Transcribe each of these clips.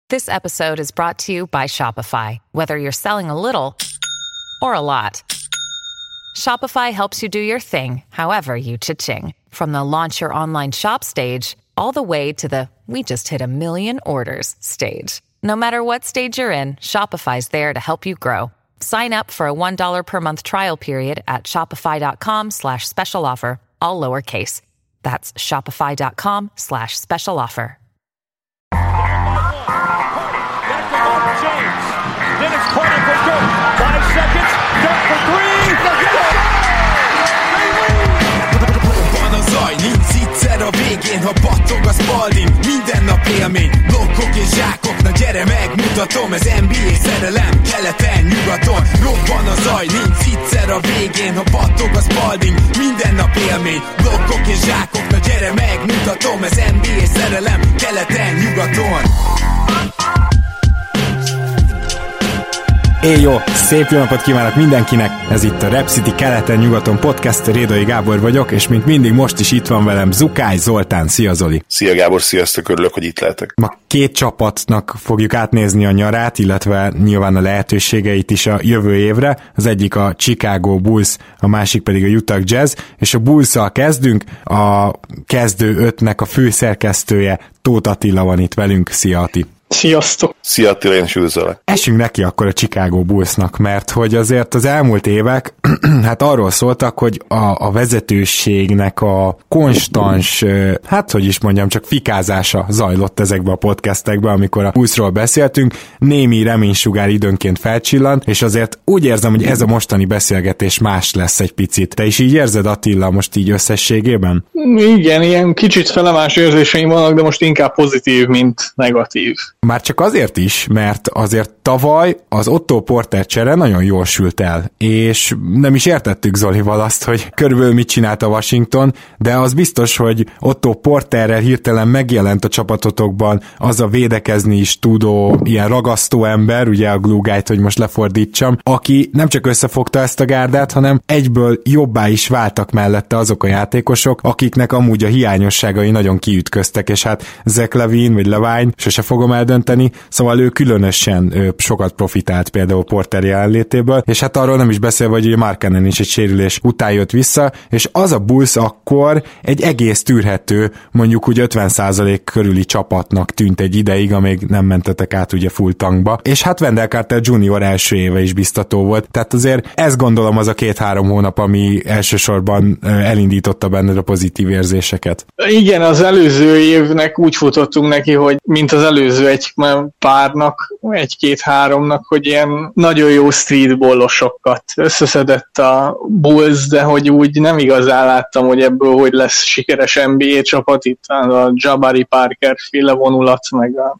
This episode is brought to you by Shopify. Whether you're selling a little or a lot, Shopify helps you do your thing, however you cha-ching. From the launch your online shop stage, all the way to the we just hit 1 million orders stage. No matter what stage you're in, Shopify's there to help you grow. Sign up for a $1 per month trial period at shopify.com/special offer, all lowercase. That's shopify.com/special offer. Dennis corner for Dirk. 5 seconds. Dirk for 3. Van a zaj, nincs egyszer a végén, ha battog a Spalding. Minden nap élmény, blokkok és zsákok. Na gyere megmutatom, ez NBA szerelem, keleten, nyugaton. Robban a zaj, nincs egyszer a végén, ha battog a Spalding. Minden nap élmény, blokkok és zsákok. Na gyere megmutatom, ez NBA szerelem, keleten, nyugaton. Jó, szép jó napot kívánok mindenkinek! Ez itt a Rep City keleten-nyugaton podcast, Rédai Gábor vagyok, és mint mindig most is itt van velem Zukály Zoltán. Szia Zoli! Szia Gábor, sziasztok, örülök, hogy itt lehetek. Ma 2 csapatnak fogjuk átnézni a nyarát, illetve nyilván a lehetőségeit is a jövő évre. Az egyik a Chicago Bulls, a másik pedig a Utah Jazz, és a Bulls-szal kezdünk. A kezdő 5-nek a főszerkesztője Tóth Attila van itt velünk. Szia Ati! Sziasztok! Szia Attila, én is üdvözöllek. Esünk neki akkor a Chicago Bullsnak, mert hogy azért az elmúlt évek hát arról szóltak, hogy a vezetőségnek a konstans, hát hogy is mondjam, csak fikázása zajlott ezekbe a podcastekbe, amikor a Bullsról beszéltünk, némi reménysugár időnként felcsillant, és azért úgy érzem, hogy ez a mostani beszélgetés más lesz egy picit. Te is így érzed, Attila, most így összességében? Igen, ilyen kicsit felemás érzéseim vannak, de most inkább pozitív, mint negatív. Már csak azért is, mert azért tavaly az Otto Porter csere nagyon jól sült el, és nem is értettük Zolival azt, hogy körülbelül mit csinált a Washington, de az biztos, hogy Otto Porterrel hirtelen megjelent a csapatotokban az a védekezni is tudó, ilyen ragasztó ember, ugye a glue guy-t, hogy most lefordítsam, aki nem csak összefogta ezt a gárdát, hanem egyből jobbá is váltak mellette azok a játékosok, akiknek amúgy a hiányosságai nagyon kiütköztek, és hát Zach LaVine vagy Levine, sose fogom eldönteni, szóval ő különösen sokat profitált például Porter jelenlétéből, és hát arról nem is beszélve, hogy ugye Markkanen is egy sérülés után jött vissza, és az a Bulls akkor egy egész tűrhető, mondjuk úgy 50% körüli csapatnak tűnt egy ideig, amíg nem mentetek át ugye full tankba, és hát Wendell Carter Jr. első éve is biztató volt, tehát azért ezt gondolom az a 2-3 hónap, ami elsősorban elindította benned a pozitív érzéseket. Igen, az előző évnek úgy futottunk neki, hogy mint az előző egy párnak, 1-2-3-nak, hogy ilyen nagyon jó streetballosokat összeszedett a Bulls, de hogy úgy nem igazán láttam, hogy ebből hogy lesz sikeres NBA csapat, itt a Jabari Parker féle vonulat, meg a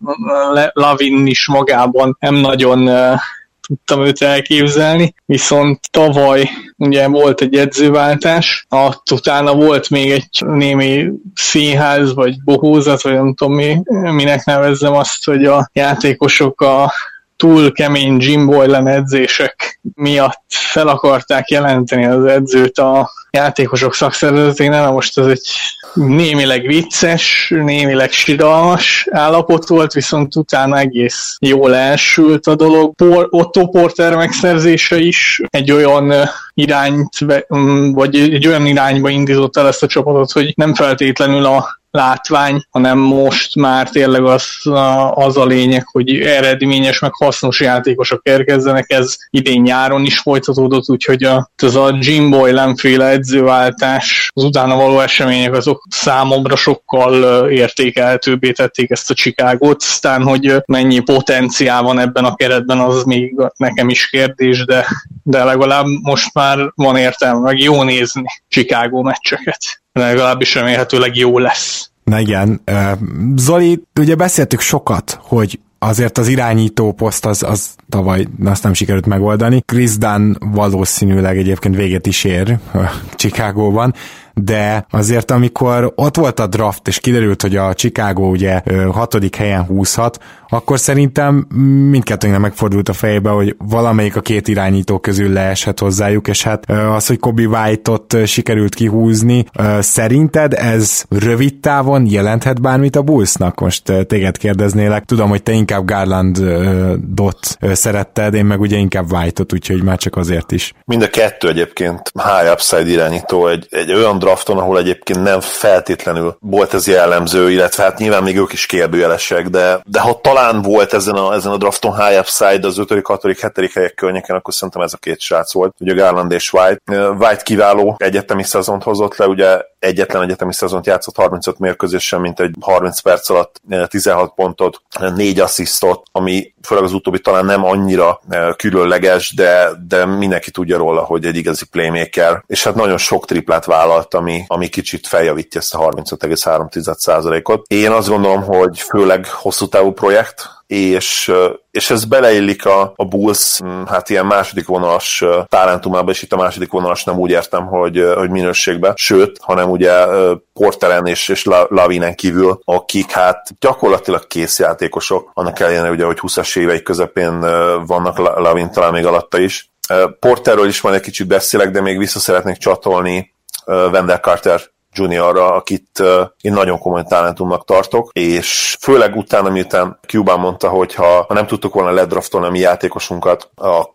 Lavin is magában nem nagyon tudtam őt elképzelni, viszont tavaly ugye volt egy edzőváltás, utána volt még egy némi színház, vagy bohózat, vagy nem tudom minek nevezzem azt, hogy a játékosok a túl kemény Jim Boylan edzések miatt fel akarták jelenteni az edzőt a játékosok szakszervezeténél, most ez egy némileg vicces, némileg siralmas állapot volt, viszont utána egész jól elsült a dolog. Otto Porter megszerzése is egy olyan irányt, vagy egy olyan irányba indított el ezt a csapatot, hogy nem feltétlenül a látvány, hanem most már tényleg az a lényeg, hogy eredményes, meg hasznos játékosok érkezzenek. Ez idén nyáron is folytatódott, úgyhogy az a Jim Boylan féle edzőváltás, az utána való események azok számomra sokkal értékelhetőbbé tették ezt a Chicagót. Aztán, hogy mennyi potenciál van ebben a keretben, az még nekem is kérdés, de legalább most már van értelme, meg jó nézni Chicago meccseket. Legalábbis remélhetőleg jó lesz. Na igen, Zoli, ugye beszéltük sokat, hogy azért az irányító poszt az tavaly azt nem sikerült megoldani. Chris Dunn valószínűleg egyébként véget is ér Chicagóban, de azért amikor ott volt a draft, és kiderült, hogy a Chicago ugye 6. helyen húzhat, akkor szerintem mindkettőnknek megfordult a fejébe, hogy valamelyik a két irányító közül leeshet hozzájuk, és hát az, hogy Kobe White-ot sikerült kihúzni, szerinted ez rövid távon jelenthet bármit a Bullsnak? Most téged kérdeznélek. Tudom, hogy te inkább Garlandot szeretted, én meg ugye inkább White-ot, úgyhogy már csak azért is. Mind a kettő egyébként high upside irányító egy olyan drafton, ahol egyébként nem feltétlenül volt ez jellemző, illetve hát nyilván még ők is kérdőjelesek, de ha talán volt ezen a drafton high upside az 5., 6., 7. helyek környéken, akkor szerintem ez a két srác volt, ugye Garland és White. White kiváló egyetemi szezont hozott le, ugye egyetlen egyetemi szezont játszott 35 mérkőzésen, mint egy 30 perc alatt 16 pontot, 4 asszisztot, ami főleg az utóbbi talán nem annyira különleges, de mindenki tudja róla, hogy egy igazi playmaker, és hát nagyon sok triplát vállalt, ami kicsit feljavítja ezt a 35,3%-ot. Én azt gondolom, hogy főleg hosszú távú projekt, és ez beleillik a Bulls hát ilyen második vonalas talentumába, és itt a második vonalas nem úgy értem, hogy minőségben, sőt, hanem ugye Porteren és Lavinen kívül, akik hát gyakorlatilag készjátékosok, annak ellenére ugye, hogy 20-as éveik közepén vannak, Lavin talán még alatta is. Porterről is majd egy kicsit beszélek, de még vissza szeretnék csatolni Wendell Carter Juniorra, akit én nagyon komoly talentumnak tartok, és főleg utána, miután Cuban mondta, hogy ha nem tudtuk volna ledraftolni a mi játékosunkat,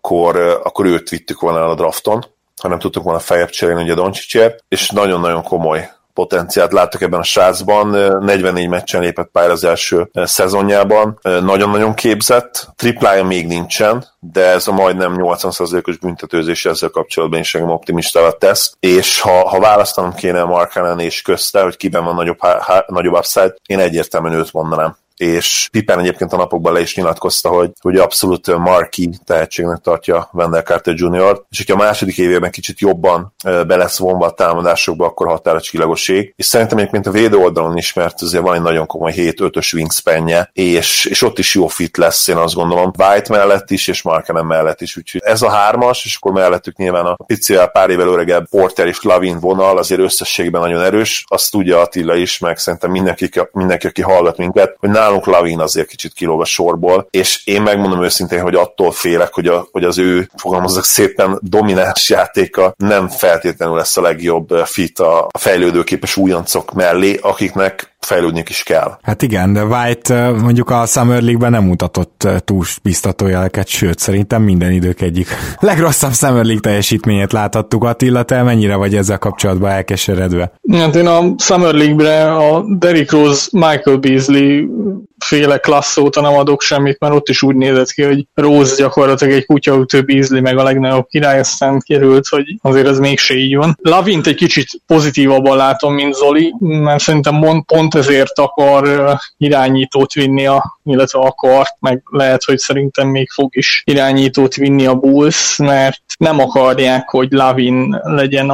akkor őt vittük volna el a drafton, ha nem tudtuk volna feljebb cserélni ugye Doncsicsért, és nagyon-nagyon komoly potenciált láttak ebben a srácban, 44 meccsen lépett pályára az első szezonjában, nagyon-nagyon képzett, triplája még nincsen, de ez a majdnem 80%-os büntetőzés ezzel kapcsolatban is engem optimistává tesz, és ha választanom kéne Mark Allen és közte, hogy kiben van nagyobb upside, én egyértelműen őt mondanám. És Pippen egyébként a napokban le is nyilatkozta, hogy abszolút marquee tehetségnek tartja Wendell Carter Jr. És hogyha a második évében kicsit jobban be lesz vonva a támadásokba, akkor határa csillagoség. És szerintem egyébként a védő oldalon is, mert azért van egy nagyon komoly 7-5-ös wingspanje, és ott is jó fit lesz, én azt gondolom, White mellett is, és Markkanen mellett is. Úgyhogy ez a hármas, és akkor mellettük nyilván a picivel pár évvel öregebb Porter és Lavin vonal, azért összességben nagyon erős. Azt tudja Attila is, meg szerintem mindenki aki hallgat minket, hogy nálunk Lavin azért kicsit kilóg a sorból, és én megmondom őszintén, hogy attól félek, hogy az ő, fogalmazok szépen, domináns játéka nem feltétlenül lesz a legjobb fit a fejlődőképes újoncok mellé, akiknek fejlődniük is kell. Hát igen, de White mondjuk a Summer League-ben nem mutatott túl biztató jeleket, sőt, szerintem minden idők egyik legrosszabb Summer League teljesítményét láthattuk. Attila, te mennyire vagy ezzel kapcsolatban elkeseredve? Hát én a Summer League-bre a Derrick Rose, Michael Beasley féle klassz óta nem adok semmit, mert ott is úgy nézett ki, hogy Rose gyakorlatilag egy kutyaütő, Beasley meg a legnagyobb király, aztán került, hogy azért ez mégse így van. Lavint egy kicsit pozitívabban látom, mint Zoli, mert szerintem pont ezért akar irányítót vinni, illetve akart, meg lehet, hogy szerintem még fog is irányítót vinni a Bulls, mert nem akarják, hogy Lavin legyen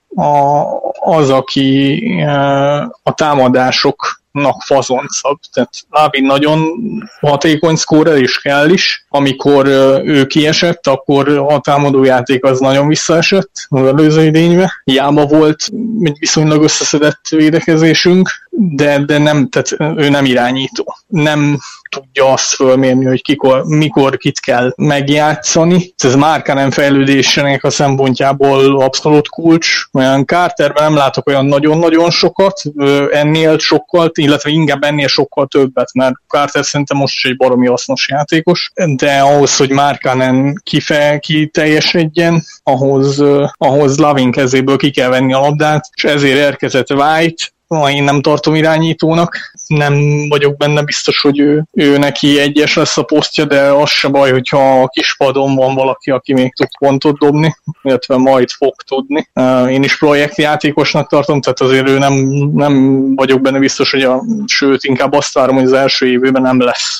az, aki a támadásoknak fazoncabb. Tehát Lavin nagyon hatékony szkórer is kell is. Amikor ő kiesett, akkor a támadójáték az nagyon visszaesett az előző idénybe. Hiába volt egy viszonylag összeszedett védekezésünk, de nem, tehát ő nem irányító. Nem tudja azt fölmérni, hogy mikor kit kell megjátszani. Ez Markkanen fejlődésének a szempontjából abszolút kulcs. Olyan Carterben nem látok olyan nagyon-nagyon sokat, ennél sokkal, illetve inkább ennél sokkal többet, mert Carter szerintem most is egy baromi hasznos játékos, de ahhoz, hogy Markkanen kiteljesedjen, ahhoz Lavin kezéből ki kell venni a labdát, és ezért érkezett White. Én nem tartom irányítónak, nem vagyok benne biztos, hogy ő neki egyes lesz a posztja, de az se baj, hogyha a kispadon van valaki, aki még tud pontot dobni, illetve majd fog tudni. Én is projektjátékosnak tartom, tehát azért ő nem vagyok benne biztos, hogy sőt, inkább azt várom, hogy az első évben nem lesz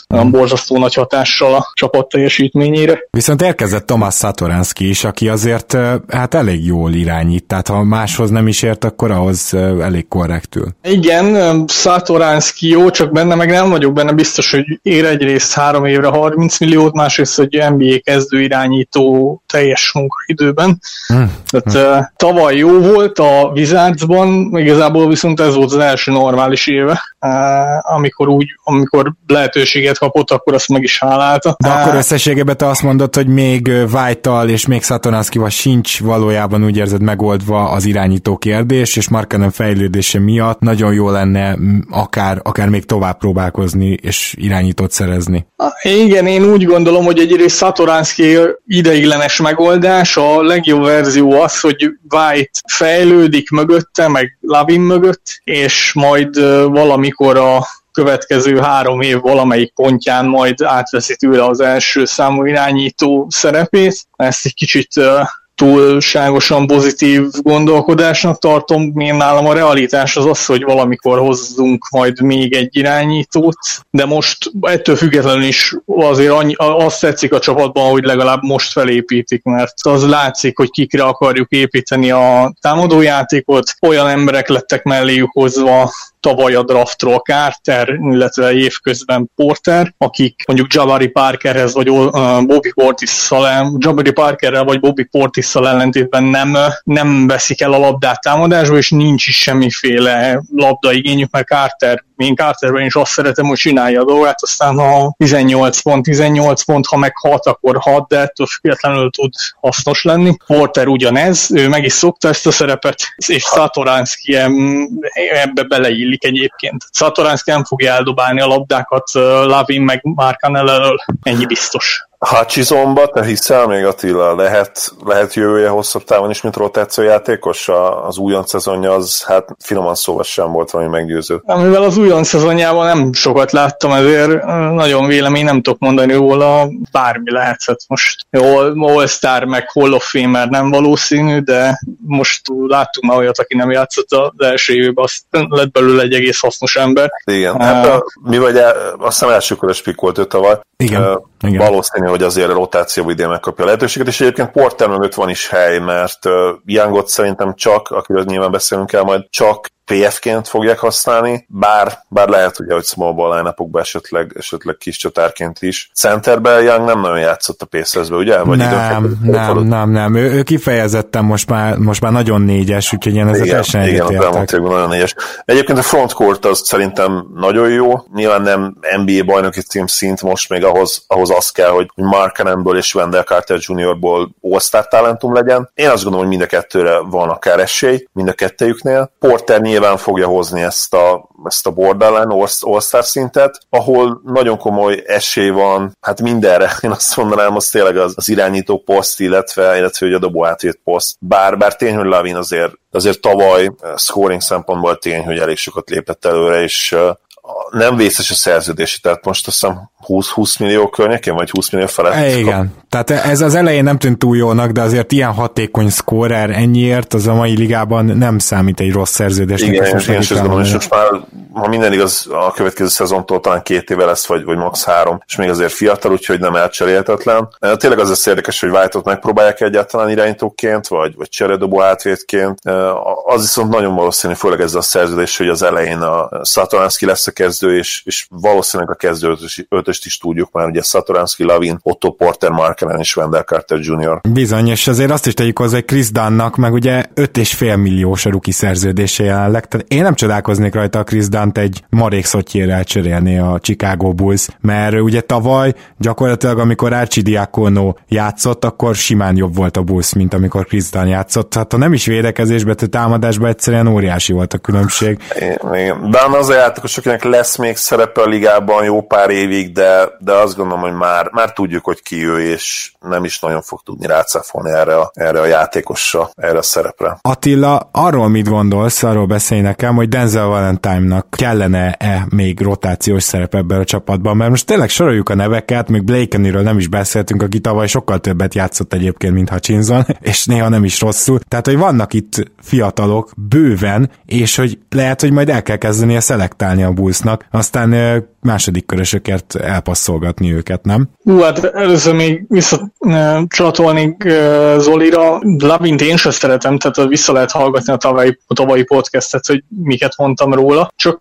borzasztó nagy hatással a csapat teljesítményére. Viszont érkezett Tomáš Satoranski is, aki azért hát elég jól irányít, tehát ha máshoz nem is ért, akkor ahhoz elég korrektül. Igen, Satoranski jó, csak benne meg nem vagyok benne biztos, hogy ér egyrészt 3 évre 30 milliót, másrészt, hogy NBA kezdő irányító teljes munkaidőben. Tehát tavaly jó volt a Wizardsban, igazából viszont ez volt az első normális éve, amikor lehetőséget kapott, akkor azt meg is hálálta. De akkor összességében te azt mondod, hogy még White-tal és még Satoranskival sincs valójában úgy érzed megoldva az irányító kérdés, és Markkanen fejlődése miatt nagyon jó lenne akár még tovább próbálkozni és irányítót szerezni. Igen, én úgy gondolom, hogy egyrészt Satoranski ideiglenes megoldás, a legjobb verzió az, hogy White fejlődik mögötte, meg Lavin mögött, és majd valamikor a következő 3 év valamelyik pontján majd átveszi tőle az első számú irányító szerepét. Ezt egy kicsit túlságosan pozitív gondolkodásnak tartom. Én nálam a realitás az az, hogy valamikor hozzunk majd még egy irányítót, de most ettől függetlenül is azért azt tetszik a csapatban, hogy legalább most felépítik, mert az látszik, hogy kikre akarjuk építeni a támadójátékot. Olyan emberek lettek melléjük hozva tavaly a draftról Carter, illetve évközben Porter, akik mondjuk Jabari Parkerhez vagy Bobby Portisszal ellentétben nem veszik el a labdát támadásba, és nincs is semmiféle labdaigényük, mert én Carterben is azt szeretem, hogy csinálja a dolgát, aztán ha 18 pont, ha meg 6, akkor 6, de ettől függetlenül tud hasznos lenni. Porter ugyanez, ő meg is szokta ezt a szerepet, és Satoranski ebbe beleillik egyébként. Satoranski nem fogja eldobálni a labdákat Lavin meg Markkanen elől, ennyi biztos. Hutchisonba te hiszel még, Attila? Lehet jövője hosszabb távon is, mint rotációjátékos? Az újonc szezonja az hát finoman szóval sem volt valami meggyőző. Mivel az újonc szezonjában nem sokat láttam, ezért nagyon vélemény nem tudok mondani róla, bármi lehetett most. All-Star meg Hall of Famer nem valószínű, de most láttunk már olyat, aki nem játszott az első évben, azt lett belőle egy egész hasznos ember. Igen, hát mi vagy azt hiszem elsőkörös pikk volt ő tavaly. Igen. Valószínű, hogy azért a rotációban idén megkapja a lehetőséget, és egyébként Porter mögött van is hely, mert Youngot szerintem csak, akiről nyilván beszélünk el majd, csak PF-ként fogják használni, bár lehet ugye, hogy small ball line-upokban esetleg kis csatárként is. Centerben Young nem nagyon játszott a Pacers-be, ugye? Vagy nem. Ő kifejezetten most már nagyon 4-es, úgyhogy én ezzel teljesen egyetértek. Igen, nagyon 4-es. Egyébként a frontcourt az szerintem nagyon jó. Nyilván nem NBA bajnoki cím szint, most még ahhoz az kell, hogy Markkanenből és Wendell Carter Jr.-ból all-star talentum legyen. Én azt gondolom, hogy mind a kettőre van akár esély, mind a kettejüknél. Porter nyilván fogja hozni ezt a borderline all-star szintet, ahol nagyon komoly esély van, hát mindenre, én azt mondanám, az tényleg az irányító poszt, illetve hogy a dobó átvét poszt. Bár tény, hogy Lavin azért tavaly scoring szempontból tény, hogy elég sokat lépett előre, és nem vészes a szerződési, tehát most azt hiszem 20 millió környékén, vagy 20 millió felett. Igen, tehát ez az elején nem tűnt túl jónak, de azért ilyen hatékony scorer ennyiért, az a mai ligában nem számít egy rossz szerződésnek. Igen, én is gondolom, és most már, ha minden igaz, a következő szezontól talán 2 éve lesz, vagy max 3, és még azért fiatal, úgyhogy nem elcserélhetetlen. Tényleg az lesz érdekes, hogy White-ot megpróbálják egyáltalán irányítóként, vagy cseredobó átvétként. Az viszont nagyon valószínű, főleg ezzel a szerződés, hogy az elején a Satoranski lesz a kezdő, és valószínűleg a kezdő ötöst is tudjuk már, ugye Satoranski, Lavin, Otto Porter, Markkanen és Wendell Carter Jr. Bizony, és azért azt is tegyük hozzá, hogy Chris Dunnnak meg ugye 5,5 milliós a rookie szerződése jelenleg, tehát én nem csodálkoznék rajta, a Chris Dunnt egy marék szottyére elcserélni a Chicago Bulls, mert ugye tavaly gyakorlatilag amikor Archie Diacono játszott, akkor simán jobb volt a Bulls, mint amikor Chris Dunn játszott, hát ha nem is védekezésbe, de támadásban egyszerűen óriási volt a különbség. Igen. Dunn az a játékos, akinek lesz még szerepe a ligában jó pár évig, de azt gondolom, hogy már tudjuk, hogy ki ő, és nem is nagyon fog tudni rácáfolni erre a játékosra, erre a szerepre. Attila, arról mit gondolsz, arról beszélj nekem, hogy Denzel Valentine-nak kellene-e még rotációs szerep ebben a csapatban, mert most tényleg soroljuk a neveket, még Blakeney-ről nem is beszéltünk, aki tavaly sokkal többet játszott egyébként, mint Hutchinson, és néha nem is rosszul, tehát, hogy vannak itt fiatalok bőven, és hogy lehet, hogy majd el kell kezdeni szelektálni a Bullsnak, vannak, aztán második körösökért elpasszolgatni őket, nem? Hát először még visszacsatolnék Zolira. Lavint én sem szeretem, tehát vissza lehet hallgatni a tavalyi podcastet, hogy miket mondtam róla. Csak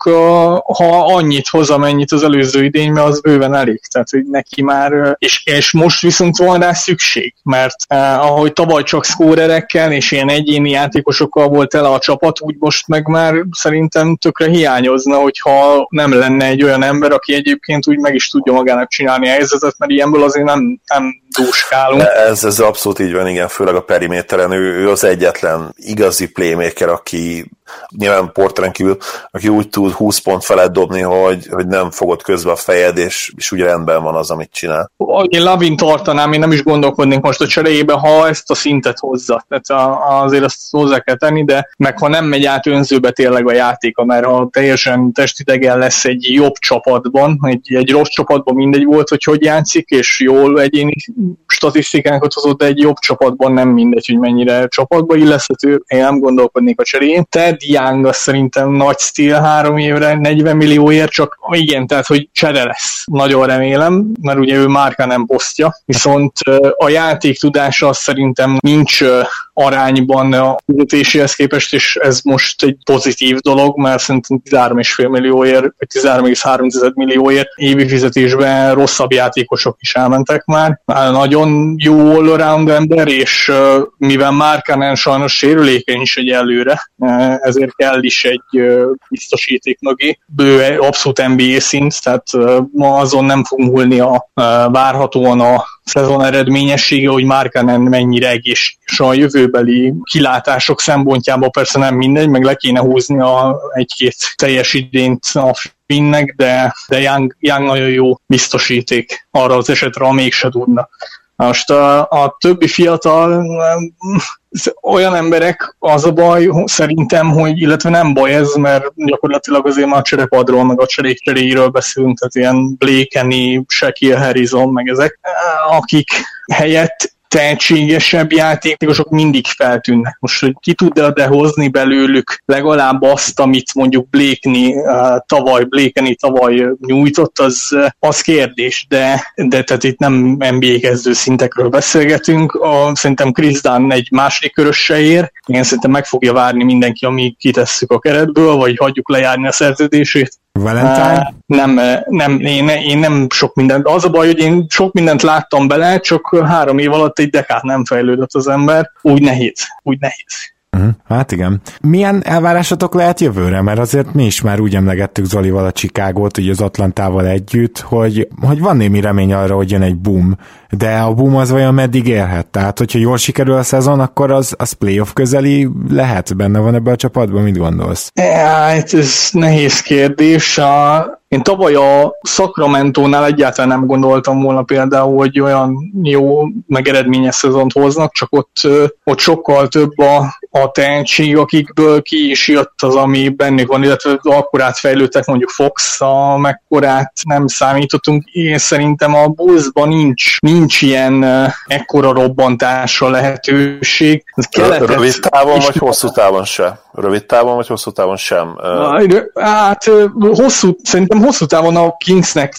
ha annyit hoz, amennyit az előző idényben, az bőven elég. Tehát, hogy neki már, és most viszont van rá szükség, mert ahogy tavaly csak szkórerekkel és ilyen egyéni játékosokkal volt tele a csapat, úgy most meg már szerintem tökre hiányozna, hogyha nem lenne egy olyan ember, aki egyébként úgy meg is tudja magának csinálni a helyzetet, mert ilyenből azért nem dúskálunk. Ez abszolút így van, igen, főleg a periméteren. Ő az egyetlen igazi playmaker, aki nyilván Porteren kívül, aki úgy tud 20 pont felett dobni, hogy nem fogod közbe a fejed, és úgy rendben van az, amit csinál. Én Lavin tartanám, én nem is gondolkodnék most a cseréjében, ha ezt a szintet hozza. Tehát azért azt hozzá kell tenni, de meg ha nem megy át önzőbe tényleg a játéka, mert ha teljesen testidegen lesz egy jobb csapatban, egy rossz csapatban mindegy volt, hogy játszik, és jól egyéni statisztikánkat hozott, de egy jobb csapatban nem mindegy, hogy mennyire csapatba illeszthető, én nem gondolkodnék a cserén. Ted Young az szerintem nagy stíl 3 évre, 40 millióért, csak igen, tehát hogy csere lesz. Nagyon remélem, mert ugye ő márka nem posztja, viszont a játék tudása szerintem nincs arányban a fizetéséhez képest, és ez most egy pozitív dolog, mert szerintem 13,5 millióért, vagy 13,3 millióért évi fizetésben rosszabb játékosok is elmentek már. Nagyon jó all-around ember, és mivel Markkanen sajnos sérülékeny is egyelőre, ezért kell is egy biztosíték mögé. Ő abszolút NBA szint, tehát ma azon nem fog múlni várhatóan a szezon eredményessége, hogy Markkanen mennyire egészséges a jövőbeli kilátások szempontjából, persze nem mindegy, meg le kéne húzni egy-két teljes idényt a Finnnek, de Young nagyon jó biztosíték arra az esetre, ha mégse tudna. Most a többi fiatal olyan emberek, az a baj szerintem, hogy, illetve nem baj ez, mert gyakorlatilag azért már a cserepadról, meg a cserékcseréiről beszélünk, tehát ilyen Blakeny, Shaquille Harrison, meg ezek, akik helyett tehetségesebb játékosok mindig feltűnnek. Most, hogy ki tud-e hozni belőlük legalább azt, amit mondjuk Blakeny tavaly nyújtott, az kérdés, de tehát itt nem NBA kezdő szintekről beszélgetünk. Szerintem Chris Dunn egy második körös se ér. Én szerintem meg fogja várni mindenki, amíg kitesszük a keretből, vagy hagyjuk lejárni a szerződését. Valentine? Nem, én nem sok mindent. Az a baj, hogy én sok mindent láttam bele, csak 3 év alatt egy dekát nem fejlődött az ember. Úgy nehéz. Hát igen. Milyen elvárásatok lehet jövőre? Mert azért mi is már úgy emlegettük Zolival a Chicagót, ugye az Atlantával együtt, hogy van némi remény arra, hogy jön egy boom, de a boom az vajon meddig érhet? Tehát, hogyha jól sikerül a szezon, akkor az playoff közeli lehet? Benne van ebbe a csapatban? Mit gondolsz? Ez nehéz kérdés. Én tavaly a Sacramento-nál egyáltalán nem gondoltam volna például, hogy olyan jó, meg eredményes szezont hoznak, csak ott sokkal több a tehetség, akikből ki is jött az, ami bennük van, illetve akkorát fejlődtek, mondjuk Fox, mekkorát nem számítottunk. Én szerintem a Bullsban nincs ilyen ekkora robbantásra lehetőség. Rövid távon vagy hosszú távon sem? Rövid távon vagy hosszú távon sem? Hát szerintem hosszú távon a Kingsnek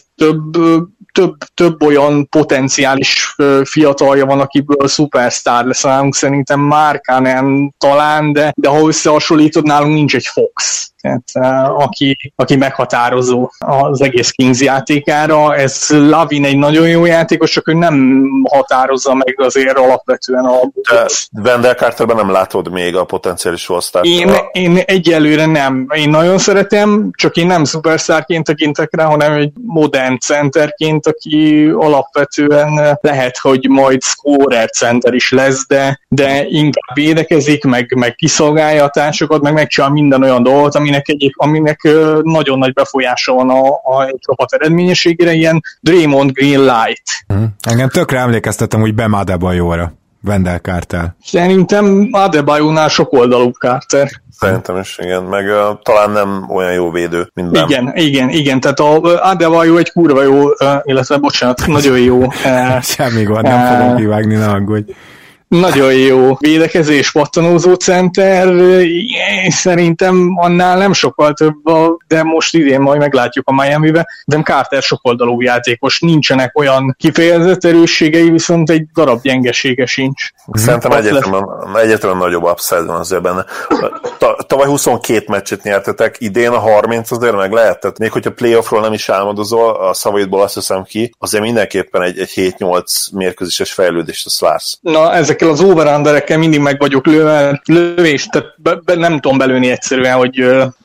több olyan potenciális fiatalja van, akiből szupersztár lesz nálunk, szerintem Markkanen talán, de ha összehasonlítod, nálunk nincs egy Fox, tehát, aki meghatározó az egész Kings játékára. Ez Lavin egy nagyon jó játékos, csak ő nem határozza meg azért alapvetően a... De Wendell Carterben nem látod még a potenciális all-start? Én egyelőre nem. Én nagyon szeretem, csak én nem szupersztárként tekintek rá, hanem egy modern centerként, aki alapvetően lehet, hogy majd scorer center is lesz, de inkább védekezik, meg kiszolgálja a társakat, meg megcsinál minden olyan dolgot, aminek nagyon nagy befolyása van a csapat eredményességére, ilyen Draymond Green light. Engem tökre emlékeztetem, hogy Bam Adebayorra, Wendell Carter. Szerintem Adebayornál sok oldalú Carter. Szerintem is, igen, meg talán nem olyan jó védő, mint Bam. Igen, tehát Adebayor egy kurva jó, illetve bocsánat, nagyon jó. Semmi gond, nem fogom kivágni, ne aggódj. nagyon jó védekezés, pattanózó center, szerintem annál nem sokkal több, de most idén majd meglátjuk a Miami-be, de Carter sokoldalú játékos, nincsenek olyan kifejezett erősségei, viszont egy darab gyengesége sincs. Szerintem egyetemen nagyobb upside van azért benne. Tavaly 22 meccset nyertetek, idén a 30 azért meg lehetett. Még hogyha playoffról nem is álmodozol, a szavaidból azt hiszem ki, azért mindenképpen egy 7-8 mérkőzéses fejlődést azt vársz. Na, ezekkel az over-underekkel mindig meg vagyok lövés, tehát nem tudom belőni egyszerűen, hogy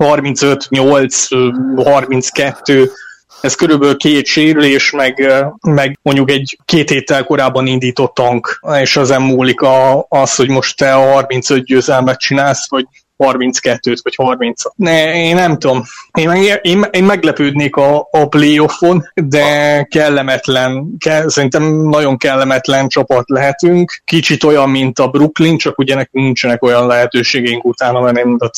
35-8, 32, ez körülbelül 2 sérülés, meg mondjuk egy 2 héttel korábban indított tank, és ezen múlik az, hogy most te a 35 győzelmet csinálsz, vagy 32-t, vagy 30-at. Én nem tudom. Én meglepődnék a playoffon, de szerintem nagyon kellemetlen csapat lehetünk. Kicsit olyan, mint a Brooklyn, csak ugye nekünk nincsenek olyan lehetőségeink utána, mert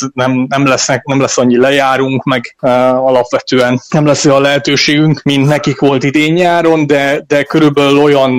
nem lesz annyi lejárunk, meg alapvetően nem lesz olyan lehetőségünk, mint nekik volt idén nyáron, de körülbelül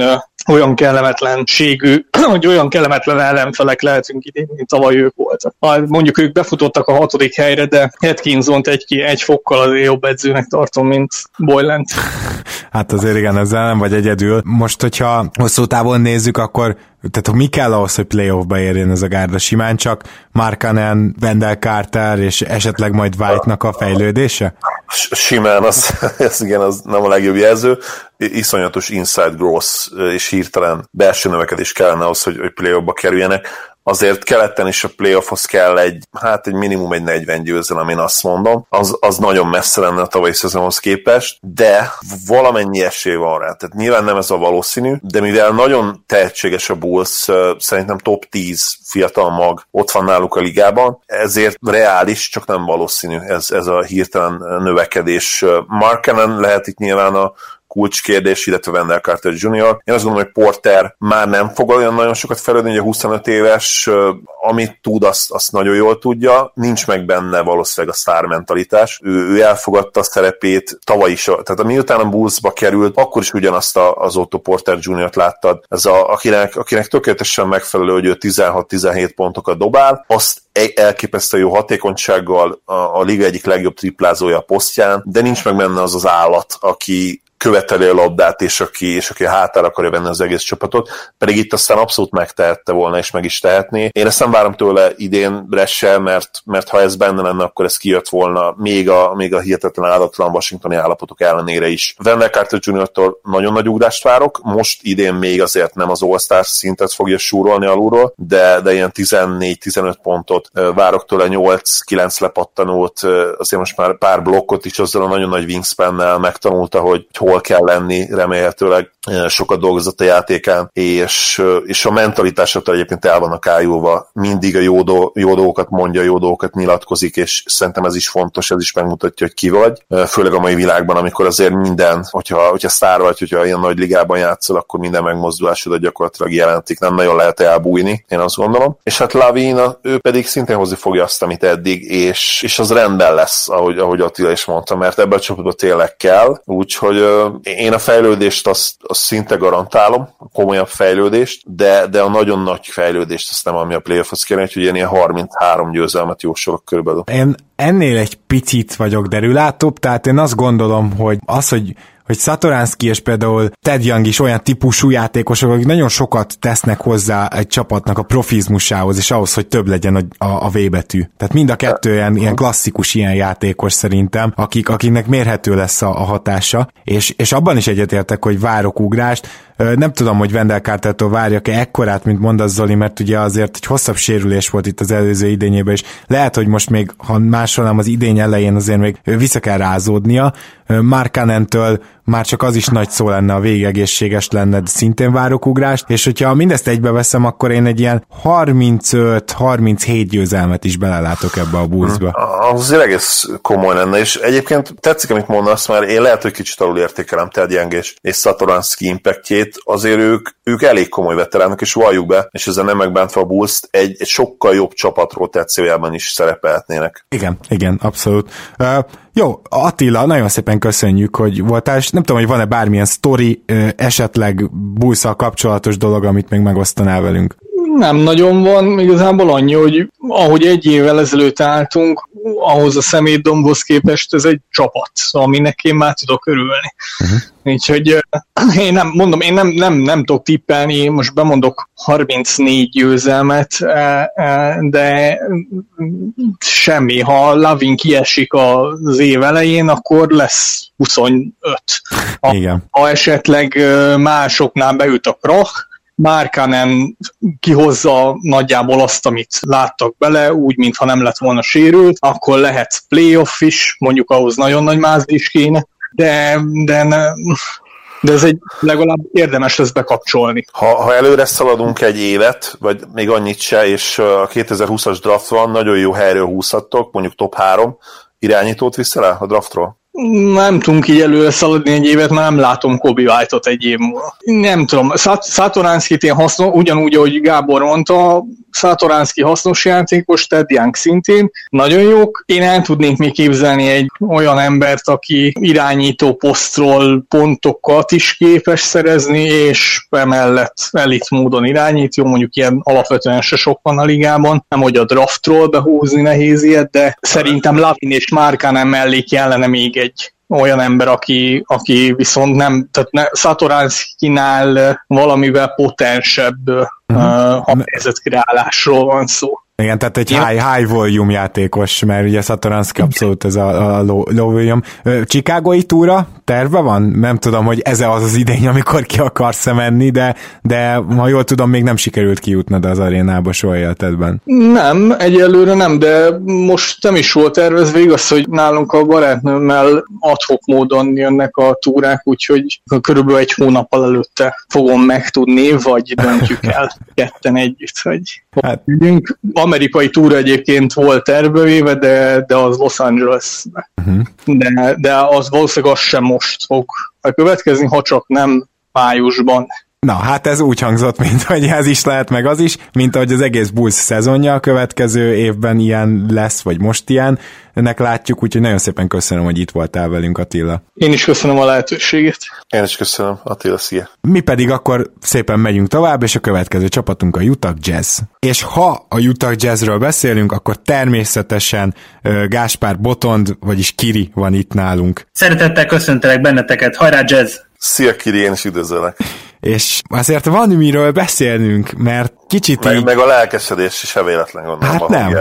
olyan kellemetlenségű, hogy olyan kellemetlen ellenfelek lehetünk idén, mint tavaly ők voltak. Mondjuk ők befutottak a 6. helyre, de Atkinsont egy fokkal azért jobb edzőnek tartom, mint Boylent. Hát azért igen, ezzel nem vagy egyedül. Most, hogyha hosszú távon nézzük, akkor tehát mi kell ahhoz, hogy playoffba érjen ez a gárda? Simán csak Markkanen, Wendell Carter és esetleg majd White-nak a fejlődése? Simán, az nem a legjobb jelző. Iszonyatos inside growth és hirtelen belső növekedés kellene ahhoz, hogy playoffba kerüljenek. Azért keleten is a playoffhoz kell egy minimum egy 40 győzelem, én azt mondom. Az nagyon messze lenne a tavalyi szezonhoz képest, de valamennyi esély van rá. Tehát nyilván nem ez a valószínű, de mivel nagyon tehetséges a Bulls, szerintem top 10 fiatal mag ott van náluk a ligában, ezért reális, csak nem valószínű ez a hirtelen növekedés. Markkanen lehet itt nyilván a kulcskérdés, illetve Wendell Carter Jr. Én azt gondolom, hogy Porter már nem fog olyan nagyon sokat fejlődni, ugye 25 éves, amit tud, azt nagyon jól tudja, nincs meg benne valószínűleg a sztár mentalitás. Ő elfogadta a szerepét tavaly is, tehát miután a Bullsba került, akkor is ugyanazt az Otto Porter Jr.-t láttad, akinek tökéletesen megfelelő, hogy ő 16-17 pontokat dobál, azt elképesztő jó hatékonysággal, a liga egyik legjobb triplázója a posztján, de nincs meg benne az állat, aki követeli a labdát, és aki hátára akarja venni az egész csapatot, pedig itt aztán abszolút megtehette volna, és meg is tehetné. Én ezt nem várom tőle idénre se, mert ha ez benne lenne, akkor ez kijött volna még a hihetetlen áldatlan washingtoni állapotok ellenére is. Wendell Carter Jr.-tól nagyon nagy ugrást várok, most idén még azért nem az All-Star szintet fogja súrolni alulról, de ilyen 14-15 pontot várok tőle, 8-9 lepattanót, azért most már pár blokkot is azzal a nagyon nagy wingspannel megtanulta, hogy hol kell lenni, remélhetőleg sokat dolgozott a játékán, és a mentalitásától egyébként el vannak ájulva, mindig a jó dolgokat mondja, jó dolgokat nyilatkozik, és szerintem ez is fontos, ez is megmutatja, hogy ki vagy, főleg a mai világban, amikor azért minden, hogyha sztár vagy, hogyha ilyen nagy ligában játszol, akkor minden megmozdulásodat gyakorlatilag jelentik, nem nagyon lehet elbújni, én azt gondolom. És hát Lavin, ő pedig szintén hozni fogja azt, amit eddig, és az rendben lesz, ahogy Attila is mondta, mert ebben a csapatban tényleg kell, úgyhogy én a fejlődést azt szinte garantálom, a komolyabb fejlődést, de a nagyon nagy fejlődést azt nem, ami a playoffhoz kell, úgyhogy én ilyen 33 győzelmet jósolok körülbelül. Én ennél egy picit vagyok derülátóbb, tehát én azt gondolom, hogy hogy Satoranski és például Ted Young is olyan típusú játékosok, akik nagyon sokat tesznek hozzá egy csapatnak a profizmusához, és ahhoz, hogy több legyen a V betű. Tehát mind a kettő ilyen klasszikus ilyen játékos szerintem, akiknek mérhető lesz a hatása, és abban is egyetértek, hogy várok ugrást. Nem tudom, hogy Wendell Cartertől várjak-e ekkorát, mint mondasz Zoli, mert ugye azért egy hosszabb sérülés volt itt az előző idényében, és lehet, hogy most még, ha máshol nem az idény elején azért még vissza kell rázódnia. Markkanentől már csak az is nagy szó lenne, a végegészséges lenne, de szintén várok ugrást, és hogyha mindezt egybeveszem, akkor én egy ilyen 35-37 győzelmet is belelátok ebbe a Bullsba. Az azért egész komoly lenne, és egyébként tetszik, amit mondasz, mert én lehet, hogy kicsit alul értékelem Ted Young és Satoranski impactjét, azért ők elég komoly veteránok, és valljuk be, és ezzel nem megbántva a Bulls-t, egy sokkal jobb csapat rotációjában is szerepelhetnének. Igen, abszolút. Jó, Attila, nagyon szépen köszönjük, hogy voltál, és nem tudom, hogy van-e bármilyen sztori, esetleg Bulls-szal kapcsolatos dolog, amit még megosztanál velünk. Nem nagyon van, igazából annyi, hogy ahogy egy évvel ezelőtt álltunk, ahhoz a szemétdombhoz képest ez egy csapat, aminek én már tudok örülni. Úgyhogy én nem mondom, én nem tudok tippelni, én most bemondok 34 győzelmet, de semmi. Ha Lavin kiesik az év elején, akkor lesz 25. Ha esetleg másoknál beüt a krach, Markkanen kihozza nagyjából azt, amit láttak bele, úgy, mintha nem lett volna sérült, akkor lehet playoff is, mondjuk ahhoz nagyon nagy mázli is kéne, de ez egy legalább érdemes lesz bekapcsolni. Ha előre szaladunk egy évet, vagy még annyit se, és a 2020-as draft van, nagyon jó helyről húzhattok, mondjuk top 3 irányítót vissza le a draftról? Nem tudunk így előre szaladni egy évet, mert nem látom Kobe White-ot egy év múlva. Nem tudom, Satoranskit én ugyanúgy, ahogy Gábor mondta, Satoranski hasznos játékos, Ted Young szintén, nagyon jók. Én el tudnék még képzelni egy olyan embert, aki irányító posztról pontokat is képes szerezni, és emellett elit módon irányít, jó, mondjuk ilyen alapvetően se sok van a ligában, nem hogy a draftról behúzni nehéz ilyet, de szerintem Lavin és Markkanen mellé kellene még egy olyan ember, aki viszont nem, tehát Satoranskinál valamivel potensebb helyzetkreálásról van szó. Igen, tehát egy high volume játékos, mert ugye Satoranski abszolút ez a low volume. Chicagói túra terve van? Nem tudom, hogy ez az idény, amikor ki akarsz menni, de ha jól tudom, még nem sikerült kijutnod az arénába soha életedben. Nem, egyelőre nem, de most nem is volt tervezve, igaz, hogy nálunk a barátnőmmel ad-hoc módon jönnek a túrák, úgyhogy körülbelül egy hónappal előtte fogom megtudni, vagy döntjük el ketten együtt, hogy amerikai túra egyébként volt tervevéve, de az Los Angeles-be. De az valószínűleg az sem most fog következni, ha csak nem májusban. Na, hát ez úgy hangzott, mint hogy ez is lehet, meg az is, mint ahogy az egész Bulls szezonja a következő évben ilyen lesz, vagy most ilyen. Ennek látjuk, úgyhogy nagyon szépen köszönöm, hogy itt voltál velünk, Attila. Én is köszönöm a lehetőséget. Én is köszönöm, Attila, szia. Mi pedig akkor szépen megyünk tovább, és a következő csapatunk a Utah Jazz. És ha a Utah Jazzről beszélünk, akkor természetesen Gáspár Botond, vagyis Kiri van itt nálunk. Szeretettel köszöntelek benneteket, hajrá Jazz! Szia Kiri, én is üdvözöllek. És azért van miről beszélnünk, mert kicsit meg a lelkesedés is véletlen, gondolom. Hát nem.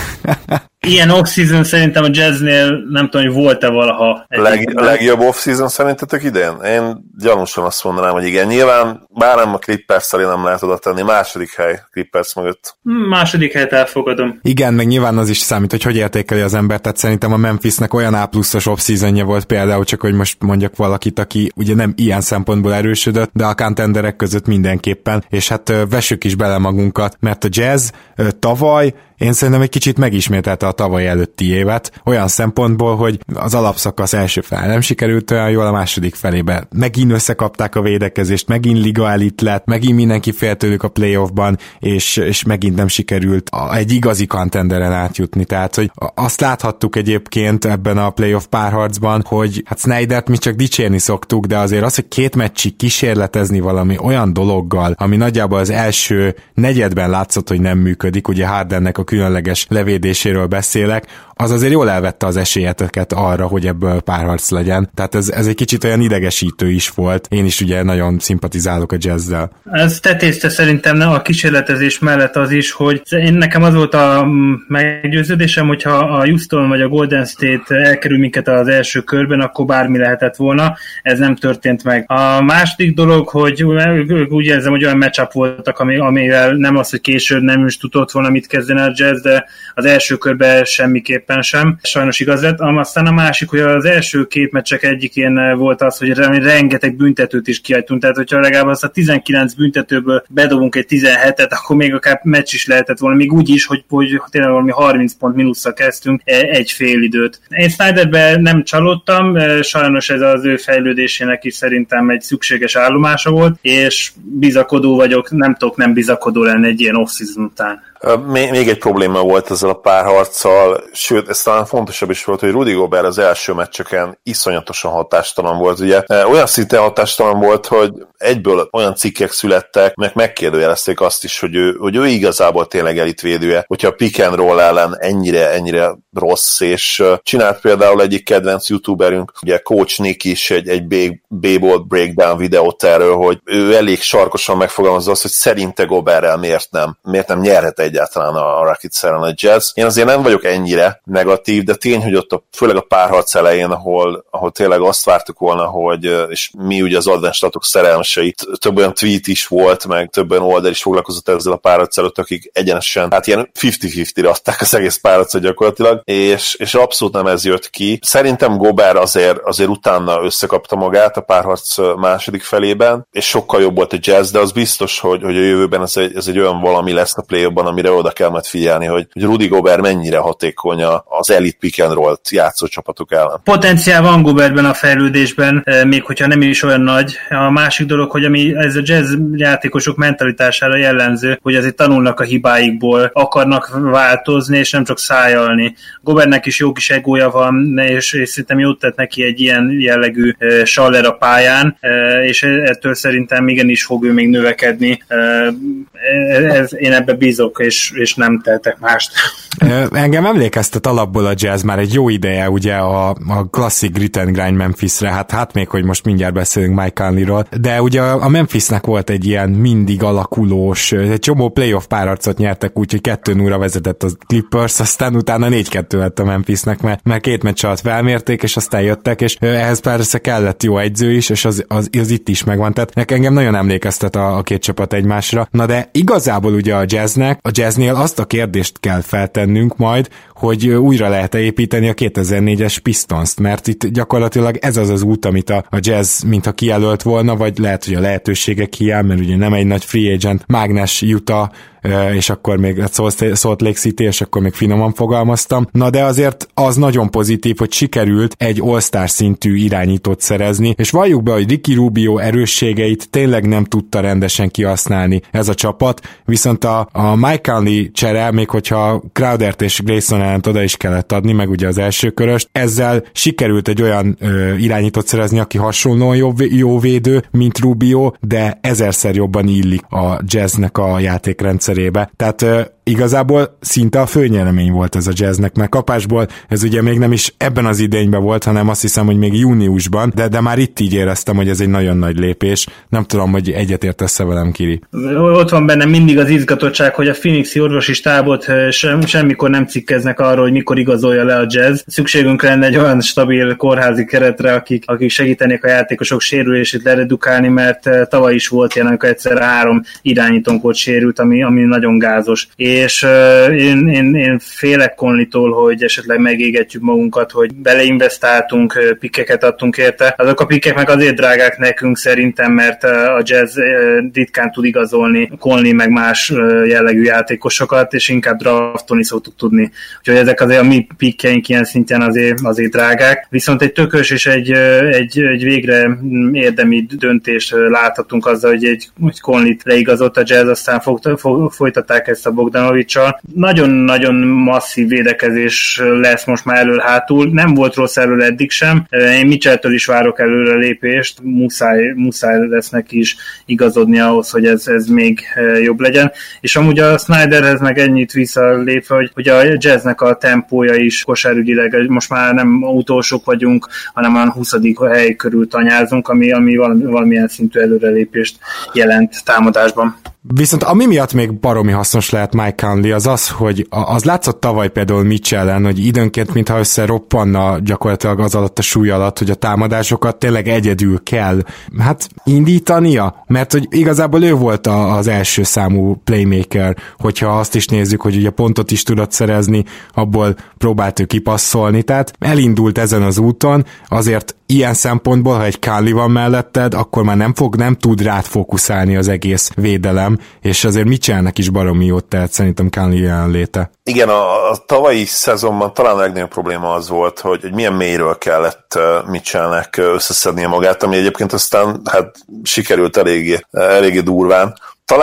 Ilyen off-season szerintem a Jazznél nem tudom, hogy volt-e valaha. Legjobb off-season szerintetek idén? Én gyanúsan azt mondanám, hogy igen. Nyilván, bár nem a Clippers-szel nem lehet oda tenni, második hely Clippers mögött. Második helyet elfogadom. Igen, meg nyilván az is számít, hogy értékeli az ember, tehát szerintem a Memphisnek olyan A+-os off-seasonja volt például, csak hogy most mondjak valakit, aki ugye nem ilyen szempontból erősödött, de a contenderek között mindenképpen, és hát vessük is bele magunkat, mert a Jazz tavaly én szerintem egy kicsit megismételte a tavaly előtti évet, olyan szempontból, hogy az alapszakasz első fel nem sikerült olyan jól, a második felébe megint összekapták a védekezést, megint liga elit lett, megint mindenki fél tőlük a playoffban, és megint nem sikerült egy igazi contenderen átjutni. Tehát, hogy azt láthattuk egyébként ebben a playoff párharcban, hogy hát Snydert mi csak dicsérni szoktuk, de azért az, hogy 2 meccsig kísérletezni valami olyan dologgal, ami nagyjából az első negyedben látszott, hogy nem működik, ugye Hardennek a különleges levédéséről beszélek, az azért jól elvette az esélyeteket arra, hogy ebből párharc legyen. Tehát ez egy kicsit olyan idegesítő is volt. Én is ugye nagyon szimpatizálok a Jazz-del. Ez tetézte szerintem a kísérletezés mellett az is, hogy nekem az volt a meggyőződésem, hogyha a Houston vagy a Golden State elkerül minket az első körben, akkor bármi lehetett volna. Ez nem történt meg. A második dolog, hogy úgy érzem, hogy olyan matchup voltak, amivel nem az, hogy később nem is tudott volna mit kezdeni a Jazz, de az első körben semmiképpen sem. Sajnos igaz lett. Aztán a másik, hogy az első 2 meccsek egyikén volt az, hogy rengeteg büntetőt is kiadtunk, tehát hogyha legalább azt a 19 büntetőből bedobunk egy 17-et, akkor még akár meccs is lehetett volna, még úgy is, hogy tényleg valami 30 pont mínusszal kezdtünk egy fél időt. Én Snyderben nem csalódtam, sajnos ez az ő fejlődésének is szerintem egy szükséges állomása volt, és bizakodó vagyok, nem tudok nem bizakodó lenni egy ilyen off-season után. Még egy probléma volt ezzel a párharccal, sőt, ez talán fontosabb is volt, hogy Rudy Gobert az első meccseken iszonyatosan hatástalan volt. Ugye olyan szinten hatástalan volt, hogy egyből olyan cikkek születtek, meg megkérdőjelezték azt is, hogy ő igazából tényleg elitvédője, hogyha a pick and roll ellen ennyire rossz, és csinált például egyik kedvenc youtuberünk, ugye Coach Nick is egy B-ball breakdown videót erről, hogy ő elég sarkosan megfogalmazza azt, hogy szerinte Goberrel miért nem nyerhet egyáltalán a Rockets ellen a Jazz. Én azért nem vagyok ennyire negatív, de tény, hogy ott főleg a párharc elején, ahol tényleg azt vártuk volna, hogy, és mi ugye az advanced statok szerelmesei, több olyan tweet is volt, meg több olyan oldal is foglalkozott ezzel a párharc előtt, akik egyenesen, hát ilyen 50-50-re adták az egész párharcot gyakorlatilag, és abszolút nem ez jött ki. Szerintem Gobert azért utána összekapta magát a párharc második felében, és sokkal jobb volt a Jazz, de az biztos, hogy a jövőben ez egy olyan valami lesz a play-offban, amire oda kell majd figyelni, hogy Rudy Gobert mennyire hatékony az elite pick and roll-t játszó csapatok ellen. Potenciál van Gobertben a fejlődésben, még hogyha nem is olyan nagy. A másik dolog, hogy ami ez a Jazz játékosok mentalitására jellemző, hogy azért tanulnak a hibáikból, akarnak változni, és nem csak szájalni. Gobertnek is jó kis egója van, és szerintem jót tett neki egy ilyen jellegű saller a pályán, és ettől szerintem igenis fog ő még növekedni. Én ebbe bízok, és nem tehetek mást. Engem emlékeztet alapból a Jazz már egy jó ideje, ugye a klasszik grit and grind Memphisre, hát még, hogy most mindjárt beszélünk Mike Conleyról, de ugye a Memphisnek volt egy ilyen mindig alakulós, egy csomó playoff párharcot nyertek úgy, hogy 2-0-ra vezetett a Clippers, aztán utána 4-2 lett a Memphisnek, mert két meccs alatt felmérték, és aztán jöttek, és ehhez persze kellett jó egyző is, és az itt is megvan, tehát engem nagyon emlékeztet a két csapat egymásra. Na de igazából ugye a Jazznél azt a kérdést kell feltennünk majd, hogy újra lehet építeni a 2004-es Pistons-t, mert itt gyakorlatilag ez az út, amit a Jazz mintha kijelölt volna, vagy lehet, hogy a lehetőségek hiány, mert ugye nem egy nagy free agent mágnes Utah, és akkor még Salt Lake City, és akkor még finoman fogalmaztam. Na de azért az nagyon pozitív, hogy sikerült egy all-star szintű irányítót szerezni, és valljuk be, hogy Ricky Rubio erősségeit tényleg nem tudta rendesen kihasználni ez a csapat, viszont a Mike Conley csere, még hogyha Crowdert és Grayson ellent oda is kellett adni, meg ugye az első köröst, ezzel sikerült egy olyan irányítót szerezni, aki hasonlóan jó védő, mint Rubio, de ezerszer jobban illik a Jazznek a játékrendszerébe. Tehát igazából szinte a főnyeremény volt ez a Jazznek, mert kapásból ez ugye még nem is ebben az idényben volt, hanem azt hiszem, hogy még júniusban, de már itt így éreztem, hogy ez egy nagyon nagy lépés. Nem tudom, hogy egyetértesz-e velem, Kiri. Ott van bennem mindig az izgatottság, hogy a Phoenixi orvosi stábot semmikor nem cikkeznek arról, hogy mikor igazolja le a Jazz. Szükségünk lenne egy olyan stabil kórházi keretre, akik segítenék a játékosok sérülését leredukálni, mert tavaly is volt ilyen, amikor egyszerre 3 irányítónk volt sérült, ami nagyon gázos. És én félek Conleytól, hogy esetleg megégetjük magunkat, hogy beleinvestáltunk, pikkeket adtunk érte. Azok a pikkek meg azért drágák nekünk szerintem, mert a Jazz ritkán tud igazolni Conley meg más jellegű játékosokat, és inkább draftolni szoktuk tudni. Úgyhogy ezek azért a mi pikkeink ilyen szintén azért drágák. Viszont egy tökös és egy végre érdemi döntést láthatunk azzal, hogy Conleyt leigazolt a Jazz, aztán folytatták ezt a Bogdanovics-sal. Nagyon-nagyon masszív védekezés lesz most már elől-hátul. Nem volt rossz elől eddig sem. Én Mitchelltől is várok előre lépést. Muszáj lesz neki is igazodni ahhoz, hogy ez még jobb legyen. És amúgy a Snyderhez meg ennyit visszalépve, hogy a Jazznek a tempója is kosárügyileg most már nem utolsók vagyunk, hanem olyan 20. hely körül tanyázunk, ami valamilyen szintű előrelépést jelent támadásban. Viszont ami miatt még baromi hasznos lehet Mike Conley az, hogy az látszott tavaly például Mitchellen, hogy időnként mintha összeroppanna gyakorlatilag az alatt a súly alatt, hogy a támadásokat tényleg egyedül kell indítania, mert hogy igazából ő volt az első számú playmaker, hogyha azt is nézzük, hogy ugye pontot is tudott szerezni, abból próbált ő kipasszolni, tehát elindult ezen az úton, azért ilyen szempontból, ha egy Conley van melletted, akkor már nem tud rád fókuszálni az egész védelem, és azért Mitchellnek is baromi jót tehet szerintem Conley jelenléte. Igen, a tavalyi szezonban talán a legnagyobb probléma az volt, hogy milyen mélyről kellett Mitchellnek összeszednie magát, ami egyébként aztán sikerült eléggé durván. Talán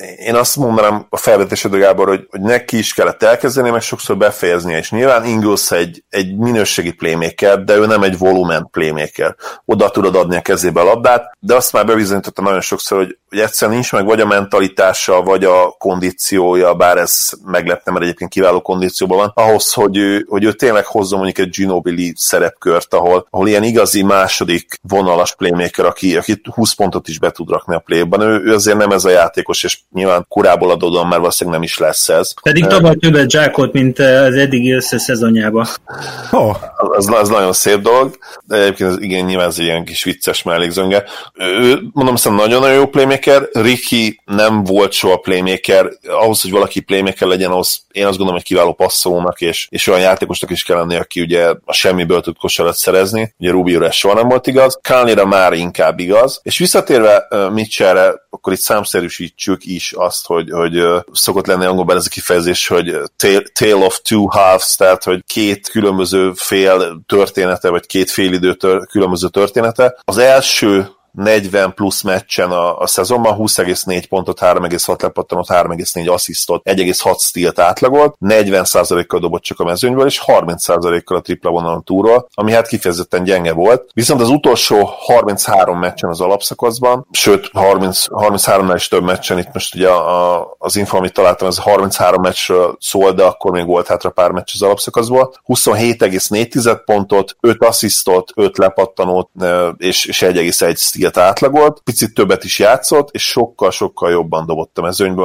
én azt mondanám a felvetésedre, Gábor, hogy neki is kellett elkezdeni, meg sokszor befejeznie, és nyilván Ingles egy minőségi playmaker, de ő nem egy volumen playmaker. Oda tudod adni a kezébe a labdát, de azt már bebizonyította nagyon sokszor, hogy egyszerűen nincs meg vagy a mentalitása, vagy a kondíciója, bár ez meglepne, mert egyébként kiváló kondícióban van, ahhoz, hogy ő tényleg hozzon mondjuk egy Ginobili szerepkört, ahol ilyen igazi második vonalas playmaker, aki 20 pontot is be tud rakni a playban. Ő azért nem ez a játékos, és nyilván korából adódóan már valószínűleg nem is lesz ez. Pedig tavaly többet zsákolt, mint az eddigi összeszezonjában. Az nagyon szép dolog, de egyébként igen, nyilván ez egy ilyen kis vicces mellékzönge. Ő, mondom, szerintem nagyon-nagyon jó playmaker, Ricky nem volt soha playmaker, ahhoz, hogy valaki playmaker legyen, ahhoz én azt gondolom, hogy kiváló passzolónak, és olyan játékosnak is kell lenni, aki ugye a semmiből tud kosarat szerezni, ugye Rubio-ra soha nem volt igaz, Conley-ra már inkább igaz, és visszatérve Mitchellre, akkor itt számszerűsítsük is azt, hogy szokott lenni angolban ez a kifejezés, hogy tale of two halves, tehát hogy két különböző fél története, vagy két félidő különböző története. Az első 40 plusz meccsen a szezonban 20,4 pontot, 3,6 lepattanót, 3,4 asszisztot, 1,6 stílt átlagolt, 40%-kal dobott csak a mezőnyből, és 30%-kal a tripla vonalon túlról, ami hát kifejezetten gyenge volt. Viszont az utolsó 33 meccsen az alapszakaszban, sőt 33-nál is több meccsen, itt most ugye az info, amit találtam, ez 33 meccsről szól, de akkor még volt hátra pár meccs az alapszakaszból, 27,4 pontot, 5 asszisztot, 5 lepattanót, és 1,1 stílt átlagolt, picit többet is játszott, és sokkal-sokkal jobban dobott a mezőnyből,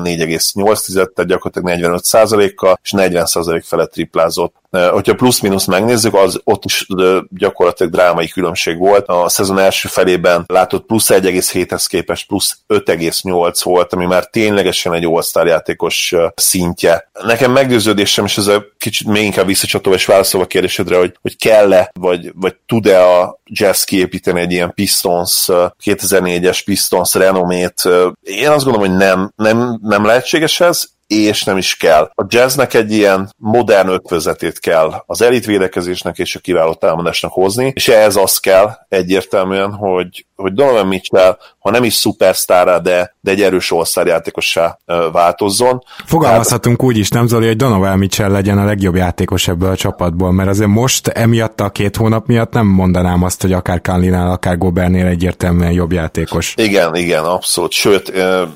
44,8, tehát gyakorlatilag 45%-kal, és 40% felett triplázott. Hogyha plusz-minusz megnézzük, ott is gyakorlatilag drámai különbség volt. A szezon első felében látott plusz 1,7-hez képest plusz 5,8 volt, ami már ténylegesen egy all-star játékos szintje. Nekem meggyőződésem, és ez a kicsit még inkább visszacsatolva és válaszolva a kérdésedre, hogy kell-e, vagy tud-e a Jazz kiépíteni egy ilyen Pistons, 2004-es Pistons renomét. Én azt gondolom, hogy nem lehetséges ez, és nem is kell. A Jazznek egy ilyen modern ötvözetét kell az elitvédekezésnek és a kiváló támadásnak hozni, és ehhez az kell egyértelműen, hogy Donovan Mitchell, ha nem is szupersztárrá, de egy erős all-star játékossá változzon. Fogalmazhatunk úgy is, nem Zoli, hogy Donovan Mitchell legyen a legjobb játékos ebből a csapatból, mert azért most emiatt a 2 hónap miatt nem mondanám azt, hogy akár Conleynál, akár Gobertnél egyértelműen jobb játékos. Igen, abszolút. Sőt,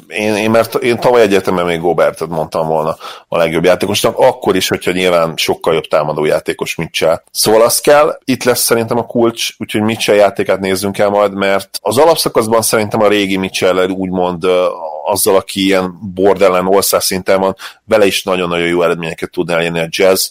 én tavaly egyértelműen még Gobertet mondtam volna a legjobb játékosnak, akkor is, hogyha nyilván sokkal jobb támadó játékos Mitchell. Szóval az kell, itt lesz szerintem a kulcs, úgyhogy Mitchell játékát nézzünk el majd, mert az alapszakaszban szerintem a régi Mitchell úgymond azzal, aki ilyen borderline all-star szinten van, vele is nagyon-nagyon jó eredményeket tudná elérni a Jazz.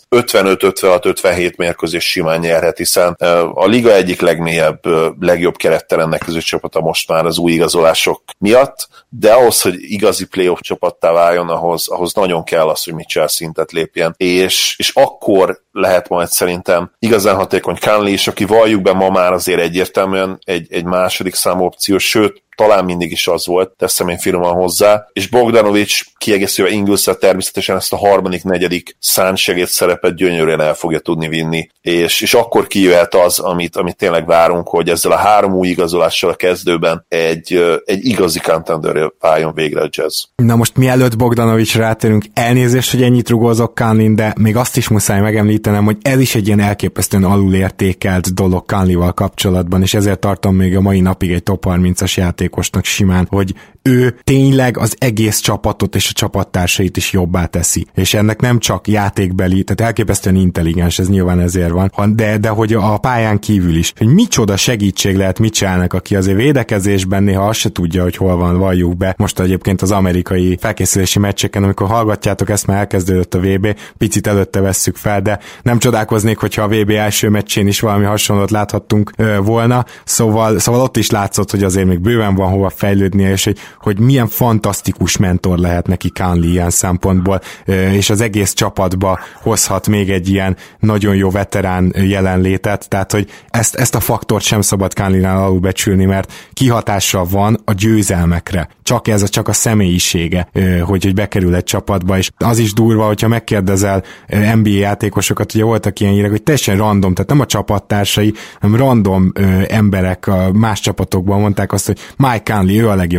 55-56-57 mérkőzés simán nyerhet, hiszen a liga egyik legmélyebb, legjobb kerettel rendelkező csapata most már az új igazolások miatt, de ahhoz, hogy igazi playoff csapattá váljon, ahhoz nagyon kell az, hogy Mitchell szintet lépjen, és akkor lehet majd szerintem igazán hatékony Conley is, aki valljuk be ma már azért egyértelműen egy második számú opció, sőt, talán mindig is az volt, teszem én finoman hozzá, és Bogdanovics kiegészülve Ingles-szel természetesen ezt a harmadik, negyedik szántsegéd szerepet gyönyörűen el fogja tudni vinni, és akkor kijöhet az, amit tényleg várunk, hogy ezzel a 3 új igazolással a kezdőben egy igazi contenderre váljon végre a Jazz. Na most mielőtt Bogdanovicsra rátérünk, elnézést, hogy ennyit rugózok Conleyn, de még azt is muszáj megemlítenem, hogy ez is egy ilyen elképesztően alulértékelt dolog Conleyval kapcsolatban, és ezért tartom még a mai napig egy top 30-as játékosnak simán, hogy ő tényleg az egész csapatot és a csapattársait is jobbá teszi. És ennek nem csak játékbeli, tehát elképesztően intelligens, ez nyilván ezért van, de hogy a pályán kívül is. Hogy micsoda segítség lehet Mitchellnek, aki azért védekezésben néha azt se tudja, hogy hol van, valljuk be. Most egyébként az amerikai felkészülési meccseken, amikor hallgatjátok, ezt már elkezdődött a VB, picit előtte vesszük fel, de nem csodálkoznék, hogyha a VB első meccsén is valami hasonlót láthattunk volna. Szóval ott is látszott, hogy azért még bőven van hova fejlődnie, és hogy milyen fantasztikus mentor lehet neki Conley ilyen szempontból, és az egész csapatba hozhat még egy ilyen nagyon jó veterán jelenlétet, tehát hogy ezt a faktort sem szabad Conleynál alulbecsülni, mert kihatással van a győzelmekre. Csak a személyisége, hogy bekerül egy csapatba, és az is durva, hogyha megkérdezel NBA játékosokat, ugye voltak ilyen hírek, hogy teljesen random, tehát nem a csapattársai, hanem random emberek a más csapatokban mondták azt, hogy Mike Conley, ő a legjobb csapattárs.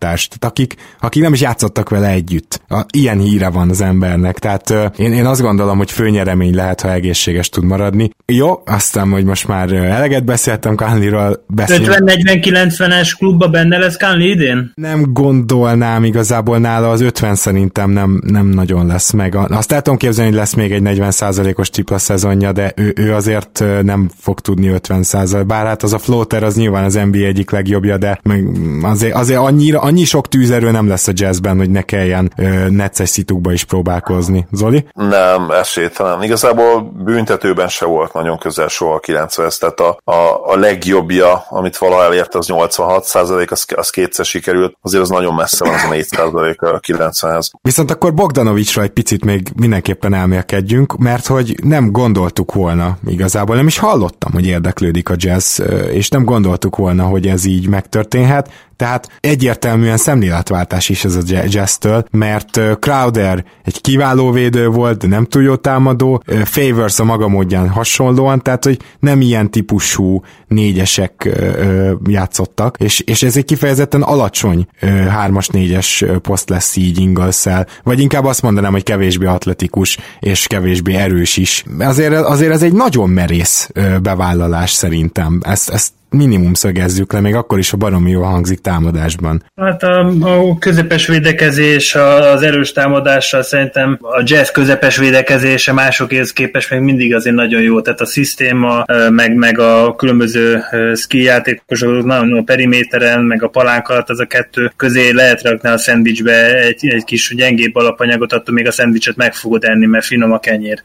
csapattárs, tehát akik nem is játszottak vele együtt. Ilyen híre van az embernek, tehát én azt gondolom, hogy főnyeremény lehet, ha egészséges tud maradni. Jó, aztán, hogy most már eleget beszéltem Conleyről. 50-40-90-es klubba benne lesz Conley idén? Nem gondolnám igazából nála, az 50 szerintem nem nagyon lesz meg. Azt el tudom képzelni, hogy lesz még egy 40%-os tripla szezonja, de ő azért nem fog tudni 50%, bár hát az a floater az nyilván az NBA egyik legjobbja, de azért annyi sok tűzerő nem lesz a Jazzben, hogy ne kelljen necces szitukba is próbálkozni. Zoli? Nem, esélytelen. Igazából büntetőben se volt nagyon közel soha a 90-hez, tehát a legjobbja, amit valaha elért, az 86%, az kétszer sikerült, azért az nagyon messze van az a 4% a 90-hez. Viszont akkor Bogdanovicsra egy picit még mindenképpen elmélkedjünk, mert hogy nem gondoltuk volna igazából, nem is hallottam, hogy érdeklődik a Jazz, és nem gondoltuk volna, hogy ez így megtörténhet, tehát egyértelműen szemléletváltás is ez a Jazz-től, mert Crowder egy kiváló védő volt, de nem túl jó támadó, Favors a maga módján hasonlóan, tehát hogy nem ilyen típusú négyesek játszottak, és ez egy kifejezetten alacsony 3-as, 4-es poszt lesz így Ingles-szel, vagy inkább azt mondanám, hogy kevésbé atletikus és kevésbé erős is. Azért ez egy nagyon merész bevállalás szerintem. Ezt minimum szögezzük le, még akkor is a baromi jól hangzik támadásban. Hát a közepes védekezés az erős támadással szerintem a Jazz közepes védekezése másokhoz képest még mindig azért nagyon jó, tehát a szisztéma, meg a különböző skill játékosok nagyon a periméteren, meg a palánk alatt az a kettő közé lehet rakni a szendvicsbe egy kis gyengébb alapanyagot, attól még a szendvicset meg fogod enni, mert finom a kenyér.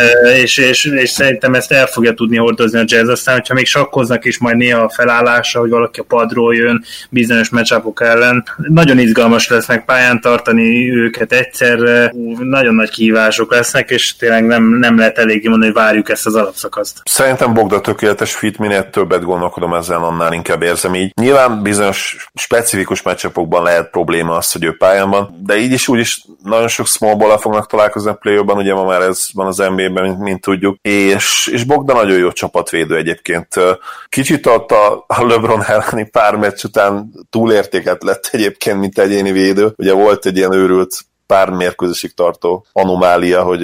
És szerintem ezt el fogja tudni hordozni a Jazz, aztán hogyha még sakkoznak is majd a felállása, hogy valaki a padról jön bizonyos matchupok ellen. Nagyon izgalmas lesznek pályán tartani őket egyszerre, nagyon nagy kihívások lesznek, és tényleg nem lehet eléggé mondani, hogy várjuk ezt az alapszakaszt. Szerintem Bogda tökéletes fit, minél többet gondolkodom ezzel, annál inkább érzem így. Nyilván bizonyos specifikus matchupokban lehet probléma az, hogy ő pályán van, de így is úgy is nagyon sok small ball-al fognak találkozni a play-ban, ugye ma már ez van az NBA-ben, mint tudjuk, és Bogda nagyon jó csapatvédő egyébként. Kicsit a LeBron elleni pár meccs után túlértéket lett egyébként, mint egyéni védő. Ugye volt egy ilyen őrült pár mérkőzésig tartó anomália, hogy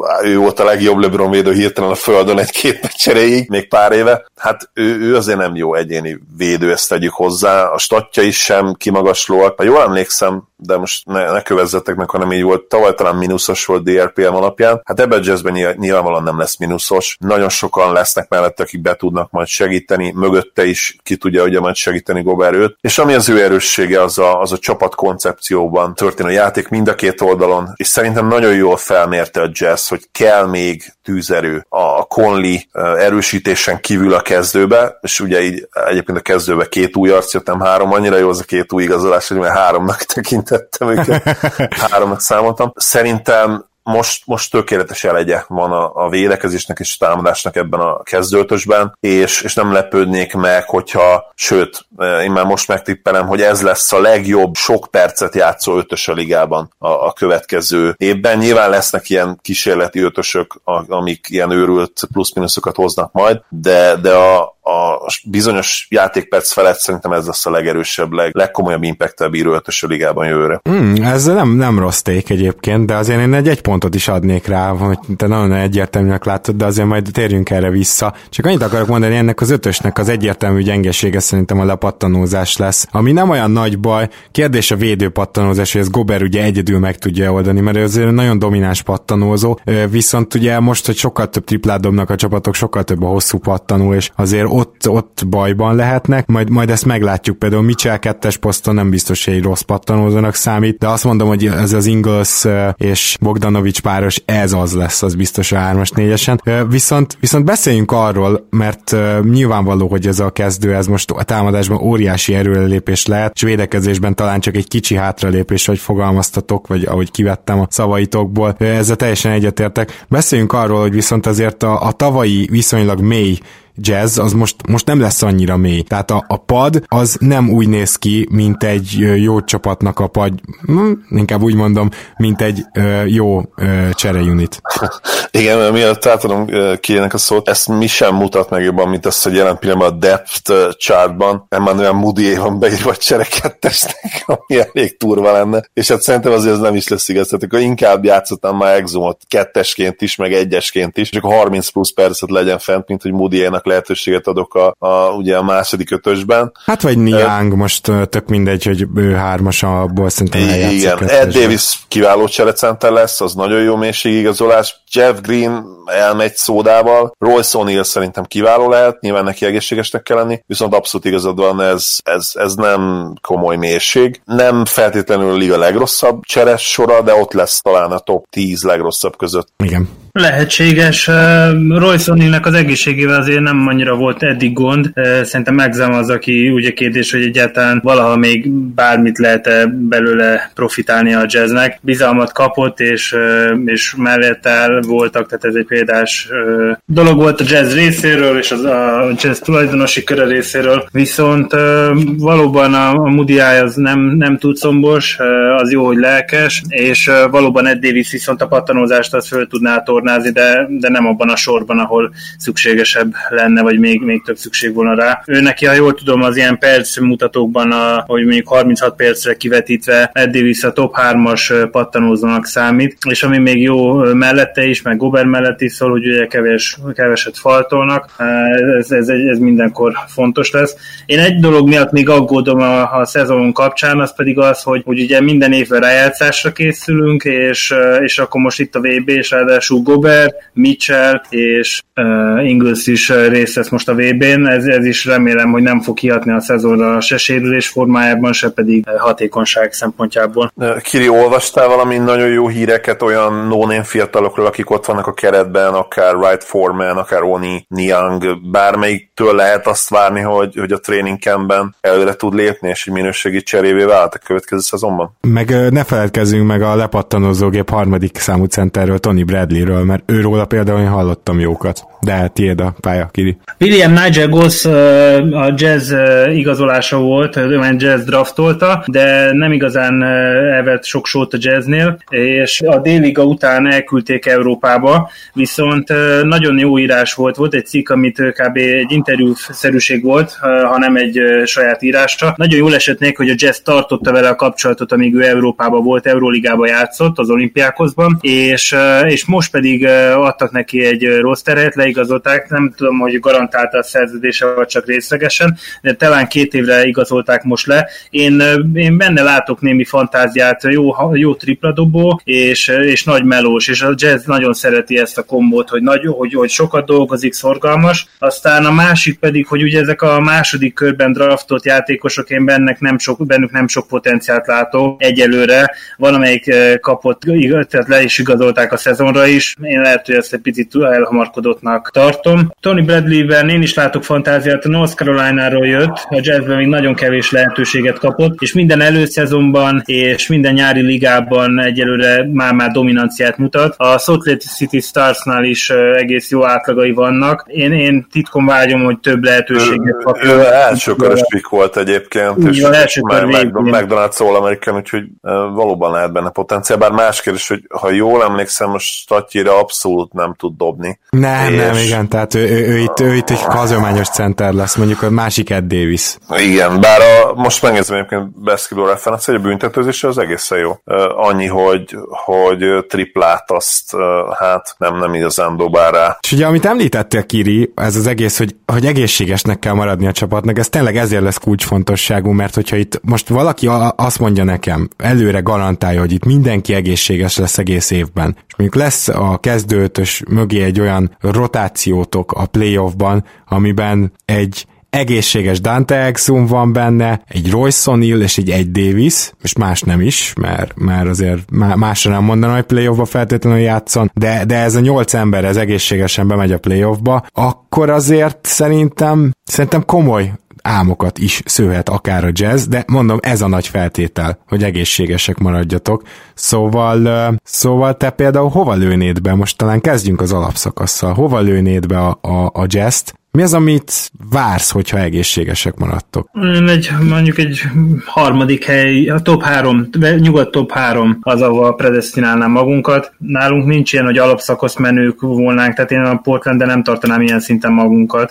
ő volt a legjobb LeBron védő hirtelen a földön egy-két meccs erejéig, még pár éve. Hát ő azért nem jó egyéni védő, ezt tegyük hozzá. A statja is sem kimagaslóak. Ha jól emlékszem, de most ne kövezzetek meg, hanem így volt, tavaly talán mínuszos volt DRPM alapján. Hát ebben a Jazzben nyilvánvalóan nem lesz mínuszos. Nagyon sokan lesznek mellette, akik be tudnak majd segíteni, mögötte is ki tudja ugye majd segíteni Gobert őt. És ami az ő erőssége, az a csapat koncepcióban történő játék mind a két oldalon, és szerintem nagyon jól felmérte a Jazz, hogy kell még tűzerő a Conley erősítésen kívül a kezdőbe, és ugye így egyébként a kezdőbe 2 új arc jött, nem 3, annyira jó az a 2 új igazolás, hogy már 3-nak tekintettem őket, 3-at számoltam. Szerintem most tökéletes elegye van a védekezésnek és a támadásnak ebben a kezdőtösben, és nem lepődnék meg, hogyha, sőt, én már most megtippelem, hogy ez lesz a legjobb sok percet játszó ötös a ligában a következő évben. Nyilván lesznek ilyen kísérleti ötösök, amik ilyen őrült plusz-minuszokat hoznak majd, de a bizonyos játékperc felett szerintem ez lesz a legerősebb, legkomolyabb impact-tel bíró ötös a ligában jövőre. Ez nem rossz ték egyébként, de azért én egy pontot is adnék rá, hogy te nagyon egyértelműnek látod, de azért majd térjünk erre vissza. Csak annyit akarok mondani, ennek az ötösnek az egyértelmű gyengesége szerintem a lepattanózás lesz, ami nem olyan nagy baj. Kérdés a védőpattanózás, hogy ez Gobert ugye egyedül meg tudja oldani, mert azért nagyon domináns pattanózó, viszont ugye most, hogy sokkal több triplát dobnak a csapatok, sokkal több a hosszú pattanó, és azért ott bajban lehetnek, majd ezt meglátjuk, például Mitchell 2-es poszton nem biztos, hogy egy rossz pattanózónak számít, de azt mondom, hogy ez az Ingles és Bogdanovics páros, ez az lesz, az biztos a 3-as, 4-esen. Viszont beszéljünk arról, mert nyilvánvaló, hogy ez a kezdő, ez most a támadásban óriási erőlépés lehet, és védekezésben talán csak egy kicsi hátralépés, hogy fogalmaztatok, vagy ahogy kivettem a szavaitokból, ezzel teljesen egyetértek. Beszéljünk arról, hogy viszont azért a tavalyi viszonylag mély Jazz az most nem lesz annyira mély. Tehát a pad az nem úgy néz ki, mint egy jó csapatnak a pad, inkább úgy mondom, mint egy jó csereunit. Igen, miatt átadom Kirinek a szót, ezt mi sem mutat meg jobban, mint azt, hogy jelen pillanatban a depth chartban Emmanuel Mudiay van beírva a cserekettesnek, ami elég turva lenne, és hát szerintem azért ez nem is lesz igaz, tehát akkor inkább játszottam már Exumot kettesként is, meg egyesként is, és akkor 30 plusz percet legyen fent, mint hogy Mudiaynak lehetőséget adok ugye a második ötösben. Hát vagy Niang, most tök mindegy, hogy ő hármas abból szerintem eljátszik. Igen, Ed Davis kiváló cserecenter lesz, az nagyon jó mélységigazolás, Jeff Green elmegy szódával, Royce O'Neal szerintem kiváló lehet, nyilván neki egészségesnek kell lenni, viszont abszolút igazad van, ez nem komoly mélység. Nem feltétlenül a liga legrosszabb cseres sora, de ott lesz talán a top 10 legrosszabb között. Igen. Lehetséges. Royce O'Nealnek az egészségével azért nem annyira volt eddig gond. Szerintem Megzem az, aki ugye kérdés, hogy egyáltalán valaha még bármit lehet-e belőle profitálni a Jazznek. Bizalmat kapott, és mellette voltak, tehát ez egy példás dolog volt a Jazz részéről, és a Jazz tulajdonosi köre részéről. Viszont valóban a Mudiay az nem túl combos, az jó, hogy lelkes, és valóban Ed Davis viszont a pattanózást az föl tudná tornázni, de nem abban a sorban, ahol szükségesebb lenne, vagy még több szükség volna rá. Ő neki, ha jól tudom, az ilyen perc mutatókban, hogy mondjuk 36 percre kivetítve Ed Davis a top 3-as pattanózónak számít, és ami még jó mellette is, meg Gobert mellett is szól, hogy ugye keveset faltolnak, ez mindenkor fontos lesz. Én egy dolog miatt még aggódom a szezon kapcsán, az pedig az, hogy ugye minden évben rájátszásra készülünk, és akkor most itt a VB, és ráadásul Gobert, Mitchell és Ingles is részt vesz most a VB-n, ez is remélem, hogy nem fog kihatni a szezonra se sérülés formájában, se pedig hatékonyság szempontjából. Kiri, olvastál valami nagyon jó híreket olyan no-name fiatalokról, akik ott vannak a keretben, akár Wright Foreman, akár Oni Niang, bármelyiktől lehet azt várni, hogy a training campben előre tud lépni, és egy minőségi cserévé vált a következő szezonban? Meg ne feledkezzünk meg a lepattanózógép harmadik számú centerről, Tony Bradleyről, mert őróla például én hallottam jókat. De tiéd a pálya, Kiri. William Nigel Goss a Jazz igazolása volt, ő már Jazz draftolta, de nem igazán elvett sok sót a Jazznél, és a D-liga után elküldték Európába, viszont nagyon jó írás volt egy cikk, amit kb. Egy interjúszerűség volt, hanem egy saját írásra. Nagyon jól esett neki, hogy a Jazz tartotta vele a kapcsolatot, amíg ő Európában volt, Euróligában játszott, az Olimpiákoszban, és most pedig adtak neki egy rosterhet, leigazolták, nem tudom, hogy garantálta a szerződése, vagy csak részlegesen, de talán 2 évre igazolták most le. Én benne látok némi fantáziát, jó tripladobó, és nagy melós, és a Jazz nagyon szereti ezt a kombót, hogy sokat dolgozik, szorgalmas. Aztán a másik pedig, hogy ugye ezek a második körben draftolt játékosok, én bennük nem sok potenciált látok egyelőre. Van, amelyik kapott, tehát le is igazolták a szezonra is. Én lehet, hogy ezt egy picit elhamarkodottnak tartom. Tony Bradley-ben én is látok fantáziát, a North Carolina-ról jött, a Jazzben még nagyon kevés lehetőséget kapott, és minden előszezonban és minden nyári ligában egyelőre már dominanciát mutat. A Salt Lake City Starsnál is egész jó átlagai vannak. Én titkon vágyom, hogy több lehetőséget kapjon. Ő elsőkörös pick volt egyébként, és McDonald's All-American, úgyhogy valóban lehet benne potenciál, bár más kérdés, hogy ha jól emlékszem, most statjira abszolút nem tud dobni. Nem, igen, tehát ő itt egy kazományos center lesz, mondjuk a másik Ed Davis. Igen, bár most megnézem egyébként basketball reference, hogy a büntetőzése az egészen jó. Annyi, hogy triplát azt hát nem igazán dobál rá. És ugye, amit említettél, Kiri, ez az egész, hogy egészségesnek kell maradni a csapatnak, ez tényleg ezért lesz kulcsfontosságú, mert hogyha itt most valaki azt mondja nekem, előre garantálja, hogy itt mindenki egészséges lesz egész évben, és mondjuk lesz a kezdőötös mögé egy olyan rotációtok a playoffban, amiben egy egészséges Dante Exum van benne, egy Royce O'Neal és egy Davis, és más nem is, mert azért másra nem mondanom, hogy playoffba feltétlenül játszon, de ez a 8 ember, ez egészségesen bemegy a playoffba, akkor azért szerintem komoly álmokat is szőhet akár a Jazz, de mondom, ez a nagy feltétel, hogy egészségesek maradjatok. Szóval te például hova lőnéd be, most talán kezdjünk az alapszakasszal, hova lőnéd be a Jazzt, Mi az, amit vársz, hogyha egészségesek maradtok? Mondjuk egy harmadik hely, a top 3, nyugat top 3 az, ahol predesztinálnám magunkat. Nálunk nincs ilyen, hogy alapszakasz menők volnánk, tehát én a Portlandben nem tartanám ilyen szinten magunkat,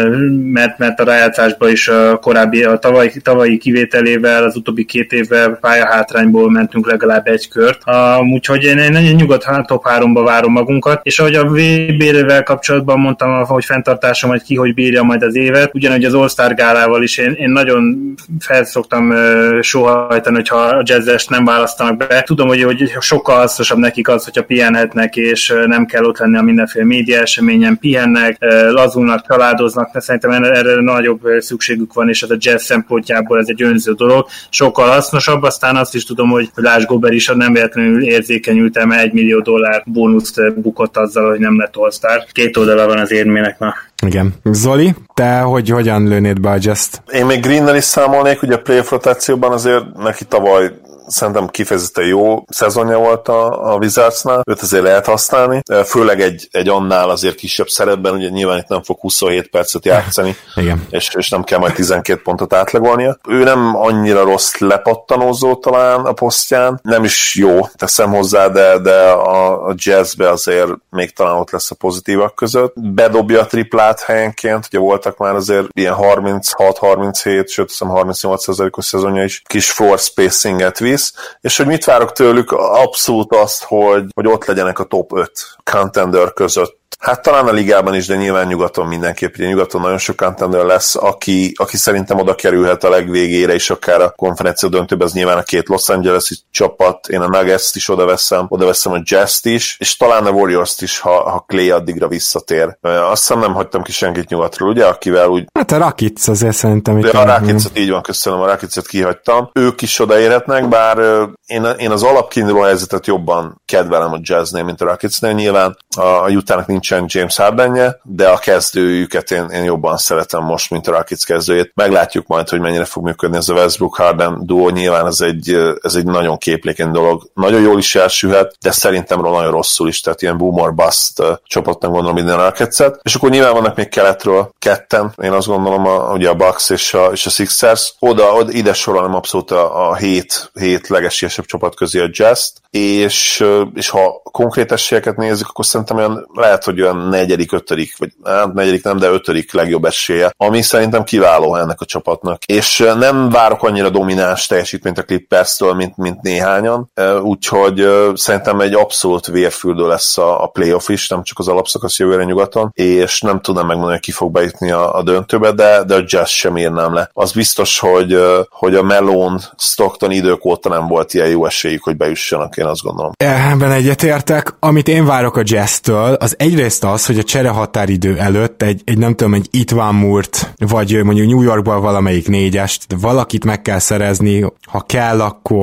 mert a rájátszásban is a tavalyi kivételével az utóbbi 2 évvel pályahátrányból mentünk legalább egy kört. Úgyhogy én nyugat top 3-ba várom magunkat, és ahogy a VB-vel kapcsolatban mondtam, hogy fenntartásom, hogy ki hogy bírja majd az évet, ugyanúgy az All-Star gálával is én nagyon felszoktam sóhajtani, hogyha a Jazzest nem választanak be. Tudom, hogy sokkal hasznosabb nekik az, hogyha pihenhetnek, és nem kell ott lenni a mindenféle média eseményen, pihennek, lazulnak, családoznak, de szerintem erre nagyobb szükségük van, és ez a Jazz szempontjából ez egy önző dolog, sokkal hasznosabb, aztán azt is tudom, hogy Lásd Gober is nem véletlenül érzékenyültem, mert $1 millió bónuszt bukott azzal, hogy nem lett All-Star. 2 oldala van az érmének, na. Igen. Zoli, te hogyan lőnéd be a Jazz-t? Én még Greennel is számolnék, ugye a playoff rotációban azért neki tavaly szerintem kifejezetten jó szezonja volt a Wizardsnál, őt azért lehet használni, főleg egy annál azért kisebb szerepben, ugye nyilván itt nem fog 27 percet játszani, és nem kell majd 12 pontot átlagolnia. Ő nem annyira rossz lepattanózó talán a posztján, nem is jó, teszem hozzá, de a Jazzbe azért még talán ott lesz a pozitívak között. Bedobja a triplát helyenként, ugye voltak már azért ilyen 36-37, sőt, hiszem 38%-os szezonja is, kis floor spacinget visz, és hogy mit várok tőlük? Abszolút azt, hogy ott legyenek a top 5 contender között. Hát talán a ligában is, de nyilván nyugaton mindenképp. Ugye nyugaton nagyon sok contender lesz, aki szerintem oda kerülhet a legvégére is, akár a konferencia döntőben, az nyilván a 2 Los Angeles-i csapat, én a Nuggets-t is oda veszem a Jazz-t is, és talán a Warriors-t is, ha Clay addigra visszatér. Azt hiszem nem hagytam ki senkit nyugatról, ugye, akivel úgy... Hát a Rakic azért szerintem... A Rakicot így van, köszönöm, a Rakicot kihagytam. Ők is odaérhetnek, bár én az alapkiinduló helyzetet jobban kedvelem a Jazznél, mint a Rakicnél. Nyilván a Utahnak nincsen James Hardenje, de a kezdőjüket én jobban szeretem most, mint a Rakic kezdőjét. Meglátjuk majd, hogy mennyire fog működni ez a Westbrook-Harden duó. Nyilván ez egy nagyon képlékeny dolog. Nagyon jól is elsülhet, de szerintem nagyon rosszul is, tehát ilyen boom or bust csapatnak gondolom minden a Rakicet. És akkor nyilván vannak még keletről ketten, én azt gondolom ugye a Bucks és a Sixers. Ide sorolom abszolút a 7 legesélyesebb csapat közé a Jazz-t, és ha konkrét esélyeket nézzük, akkor szerintem olyan, lehet, hogy olyan 4., 5., vagy hát 4. nem, de 5. legjobb esélye, ami szerintem kiváló ennek a csapatnak. És nem várok annyira domináns teljesítményt a Clippers-től, mint néhányan, úgyhogy szerintem egy abszolút vérfürdő lesz a playoff is, nem csak az alapszakasz jövőre nyugaton, és nem tudom megmondani, hogy ki fog bejutni a döntőbe, de a Jazz sem írnám le. Az biztos, hogy a Malone, Stockton idők óta nem volt ilyen jó esélyük, hogy bejussanak, én azt gondolom. Ebben egyetértek. Amit én várok a Jazz-től, az egyrészt az, hogy a cserehatáridő előtt egy nem tudom, egy Itvan Moore-t, vagy mondjuk New Yorkban valamelyik 4-est, valakit meg kell szerezni, ha kell,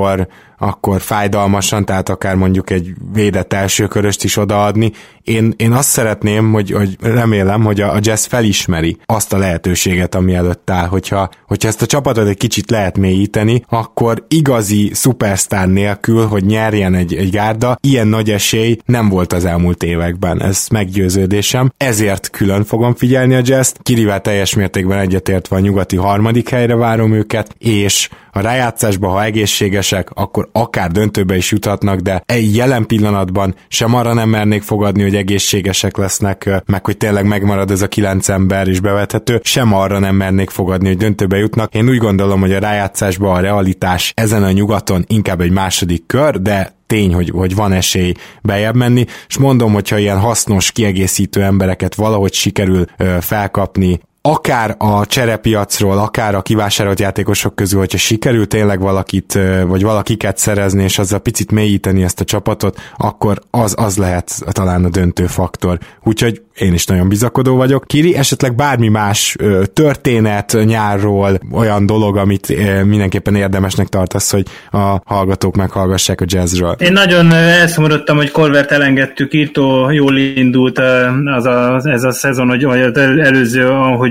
akkor fájdalmasan, tehát akár mondjuk egy védett elsőköröst is odaadni. Én azt szeretném, hogy remélem, hogy a Jazz felismeri azt a lehetőséget, ami előtt áll, hogyha ezt a csapatot egy kicsit lehet mélyíteni, akkor igazi szupersztár nélkül, hogy nyerjen egy gárda, ilyen nagy esély nem volt az elmúlt években, ez meggyőződésem. Ezért külön fogom figyelni a Jazz-t, Kirivel teljes mértékben egyetértve a nyugati 3. helyre várom őket, és a rájátszásban, ha egészségesek, akkor akár döntőbe is juthatnak, de egy jelen pillanatban sem arra nem mernék fogadni, hogy egészségesek lesznek, meg hogy tényleg megmarad ez a 9 ember is bevethető, sem arra nem mernék fogadni, hogy döntőbe jutnak. Én úgy gondolom, hogy a rájátszásban a realitás ezen a nyugaton inkább egy második kör, de tény, hogy van esély bejebb menni, és mondom, hogyha ilyen hasznos, kiegészítő embereket valahogy sikerül felkapni, akár a cserepiacról, akár a kivásárolt játékosok közül, hogyha sikerül tényleg valakit, vagy valakiket szerezni, és azzal picit mélyíteni ezt a csapatot, akkor az lehet talán a döntő faktor. Úgyhogy én is nagyon bizakodó vagyok. Kiri, esetleg bármi más történet nyárról, olyan dolog, amit mindenképpen érdemesnek tartasz, hogy a hallgatók meghallgassák a Jazzről? Én nagyon elszomorodtam, hogy Korvert elengedtük, írtó jól indult ez a szezon, vagy az előző, ahogy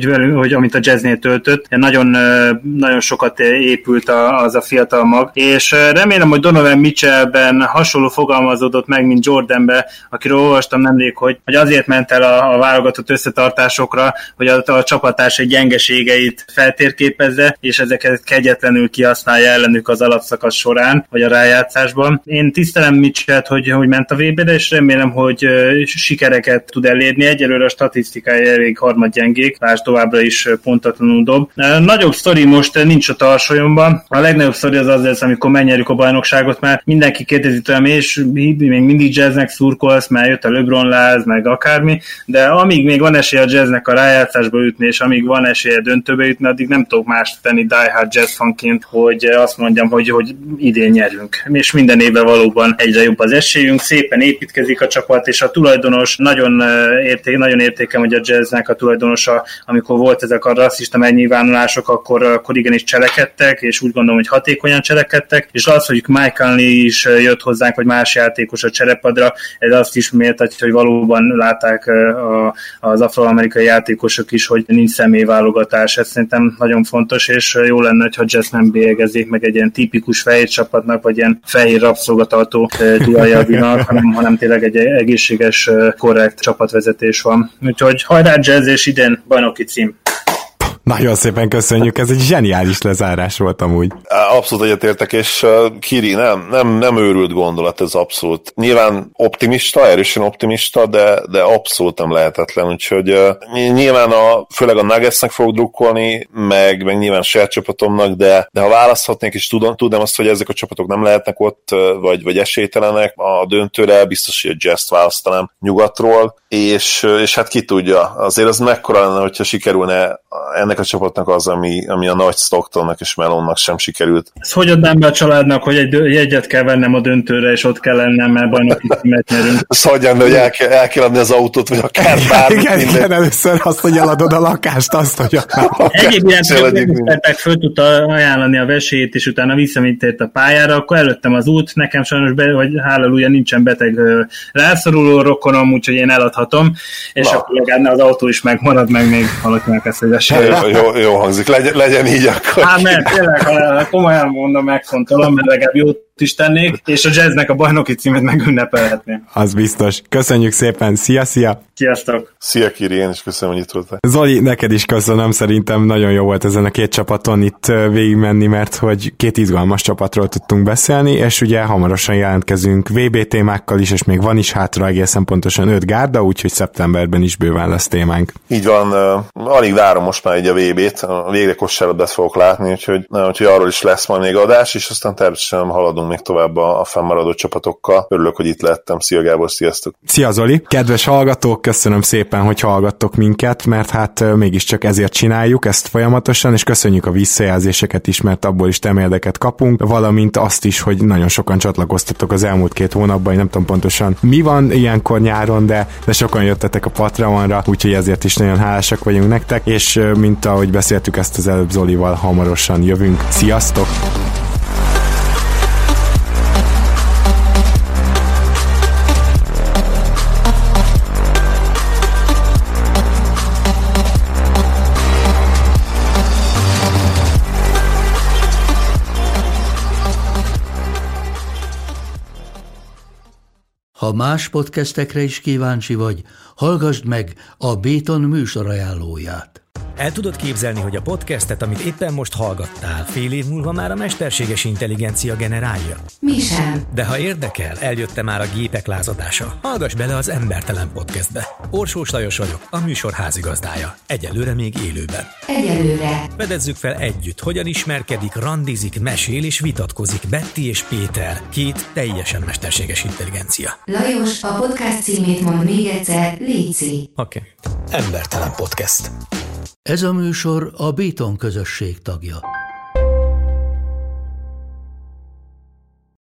hogy amit a Jazznél töltött, nagyon, nagyon sokat épült az a fiatal mag, és remélem, hogy Donovan Mitchellben hasonló fogalmazódott meg, mint Jordanbe, akiről olvastam nemrég, hogy azért ment el a válogatott összetartásokra, hogy a csapattársai gyengeségeit feltérképezze, és ezeket kegyetlenül kihasználja ellenük az alapszakasz során, vagy a rájátszásban. Én tisztelem Mitchellt, hogy ment a VB-re, és remélem, hogy sikereket tud elérni. Egyelőre a statisztikája elég harmadgyengék, lásd továbbra is pontatlanul dob. Nagyobb sztori most nincs a tarsolyomban. A legnagyobb sztori az lesz, amikor megnyerjük a bajnokságot, már mindenki kérdezi tőlem, és még mindig Jazznek szurkolsz, mert jött a LeBron láz, meg akármi, de amíg még van esélye a Jazznek a rájátszásba jutni, és amíg van esélye döntőbe jutni, addig nem tudok mást tenni Die Hard Jazz fanként, hogy azt mondjam, hogy idén nyerünk. És minden évben valóban egyre jobb az esélyünk, szépen építkezik a csapat, és a tulajdonos nagyon értékem, hogy a Jazznek a tulajdonosa, amikor volt ezek a rasszista megnyilvánulások, akkor igenis cselekedtek, és úgy gondolom, hogy hatékonyan cselekedtek, és az, hogy Mike Conley is jött hozzánk, vagy más játékos a cserepadra, ez azt is méltatja, hogy valóban látták az afroamerikai játékosok is, hogy nincs személyválogatás. Ez szerintem nagyon fontos, és jó lenne, ha Jazz nem bélyegezzék meg egy ilyen tipikus fehér csapatnak, vagy ilyen fehér rabszolgatartó dualjaginak, hanem tényleg egy egészséges, korrekt csapatvezetés van. Úgyhogy hajrá Jazz, és idén bajnoki cím. Nagyon szépen köszönjük, ez egy zseniális lezárás volt amúgy. Abszolút egyetértek, és Kiri, nem őrült gondolat ez abszolút. Nyilván optimista, erősen optimista, de abszolút nem lehetetlen, úgyhogy nyilván főleg a Nuggetsnek fogok drukkolni, meg nyilván saját csapatomnak, de ha választhatnék, és tudnám azt, hogy ezek a csapatok nem lehetnek ott, vagy esélytelenek a döntőre, biztos, hogy a Jazz-t választanám nyugatról, és hát ki tudja, azért az mekkora lenne, hogyha sikerülne ennek a csapatnak az, ami a nagy Stocktonnak és Melonnak sem sikerült. Ezt hogy adnám be a családnak, hogy egy jegyet kell vennem a döntőre, és ott kell lennem, mert bajnoki címet nyerünk. Ezt hagyjam, hogy el kell adni az autót, vagy akár bármit. Igen, először azt, hogy eladod a lakást, azt, hogy egyéb ilyen föl tudta ajánlani a vesélyét, és utána visszamentért a pályára, akkor előttem az út, nekem sajnos, hogy hálelúja nincsen beteg rászoruló rokonom, úgyhogy én eladhatom, és akkor legalább az autó is megmarad, meg még valakinek ezt az esély. Jó hangzik, legyen így akkor. Mert tényleg, komolyan mondom, megfontolom, mert legalább jót is tennék, és a Jazznek a bajnoki címet megünnepelhetném. Az biztos. Köszönjük szépen, szia! Sziasztok! Szia Kiri, én is köszönöm, hogy itt voltál. Zoli, neked is köszönöm, szerintem nagyon jó volt ezen a két csapaton itt végigmenni, mert hogy két izgalmas csapatról tudtunk beszélni, és ugye hamarosan jelentkezünk VB témákkal is, és még van is hátra egészen pontosan 5 gárda, úgyhogy szeptemberben is bőven lesz témánk. Így van, alig várom most már így a VB-t, végre kosárlabdát fogok látni, úgyhogy arról is lesz majd még adás, és aztán természetesen haladunk még tovább a fennmaradó csapatokkal. Örülök, hogy itt lettem. Szia Gábor, sziasztok! Szia Zoli! Kedves hallgatók, köszönöm szépen, hogy hallgattok minket, mert hát mégiscsak ezért csináljuk ezt folyamatosan, és köszönjük a visszajelzéseket is, mert abból is temérdeket kapunk, valamint azt is, hogy nagyon sokan csatlakoztatok az elmúlt 2 hónapban, nem tudom pontosan mi van ilyenkor nyáron, de sokan jöttetek a Patreonra, úgyhogy ezért is nagyon hálásak vagyunk nektek, és mint ahogy beszéltük ezt az előbb Zolival, hamarosan jövünk. Sziasztok! Ha más podcastekre is kíváncsi vagy, hallgassd meg a Béton műsor ajánlóját. El tudod képzelni, hogy a podcastet, amit éppen most hallgattál, fél év múlva már a mesterséges intelligencia generálja? Mi sem. De ha érdekel, eljött már a gépek lázadása. Hallgass bele az Embertelen Podcastbe. Orsós Lajos vagyok, a műsor házigazdája. Egyelőre még élőben. Egyelőre. Fedezzük fel együtt, hogyan ismerkedik, randizik, mesél és vitatkozik Betty és Péter, 2 teljesen mesterséges intelligencia. Lajos, a podcast címét mond még egyszer, léci. Oké. Embertelen Podcast. Ez a műsor a Béton közösség tagja.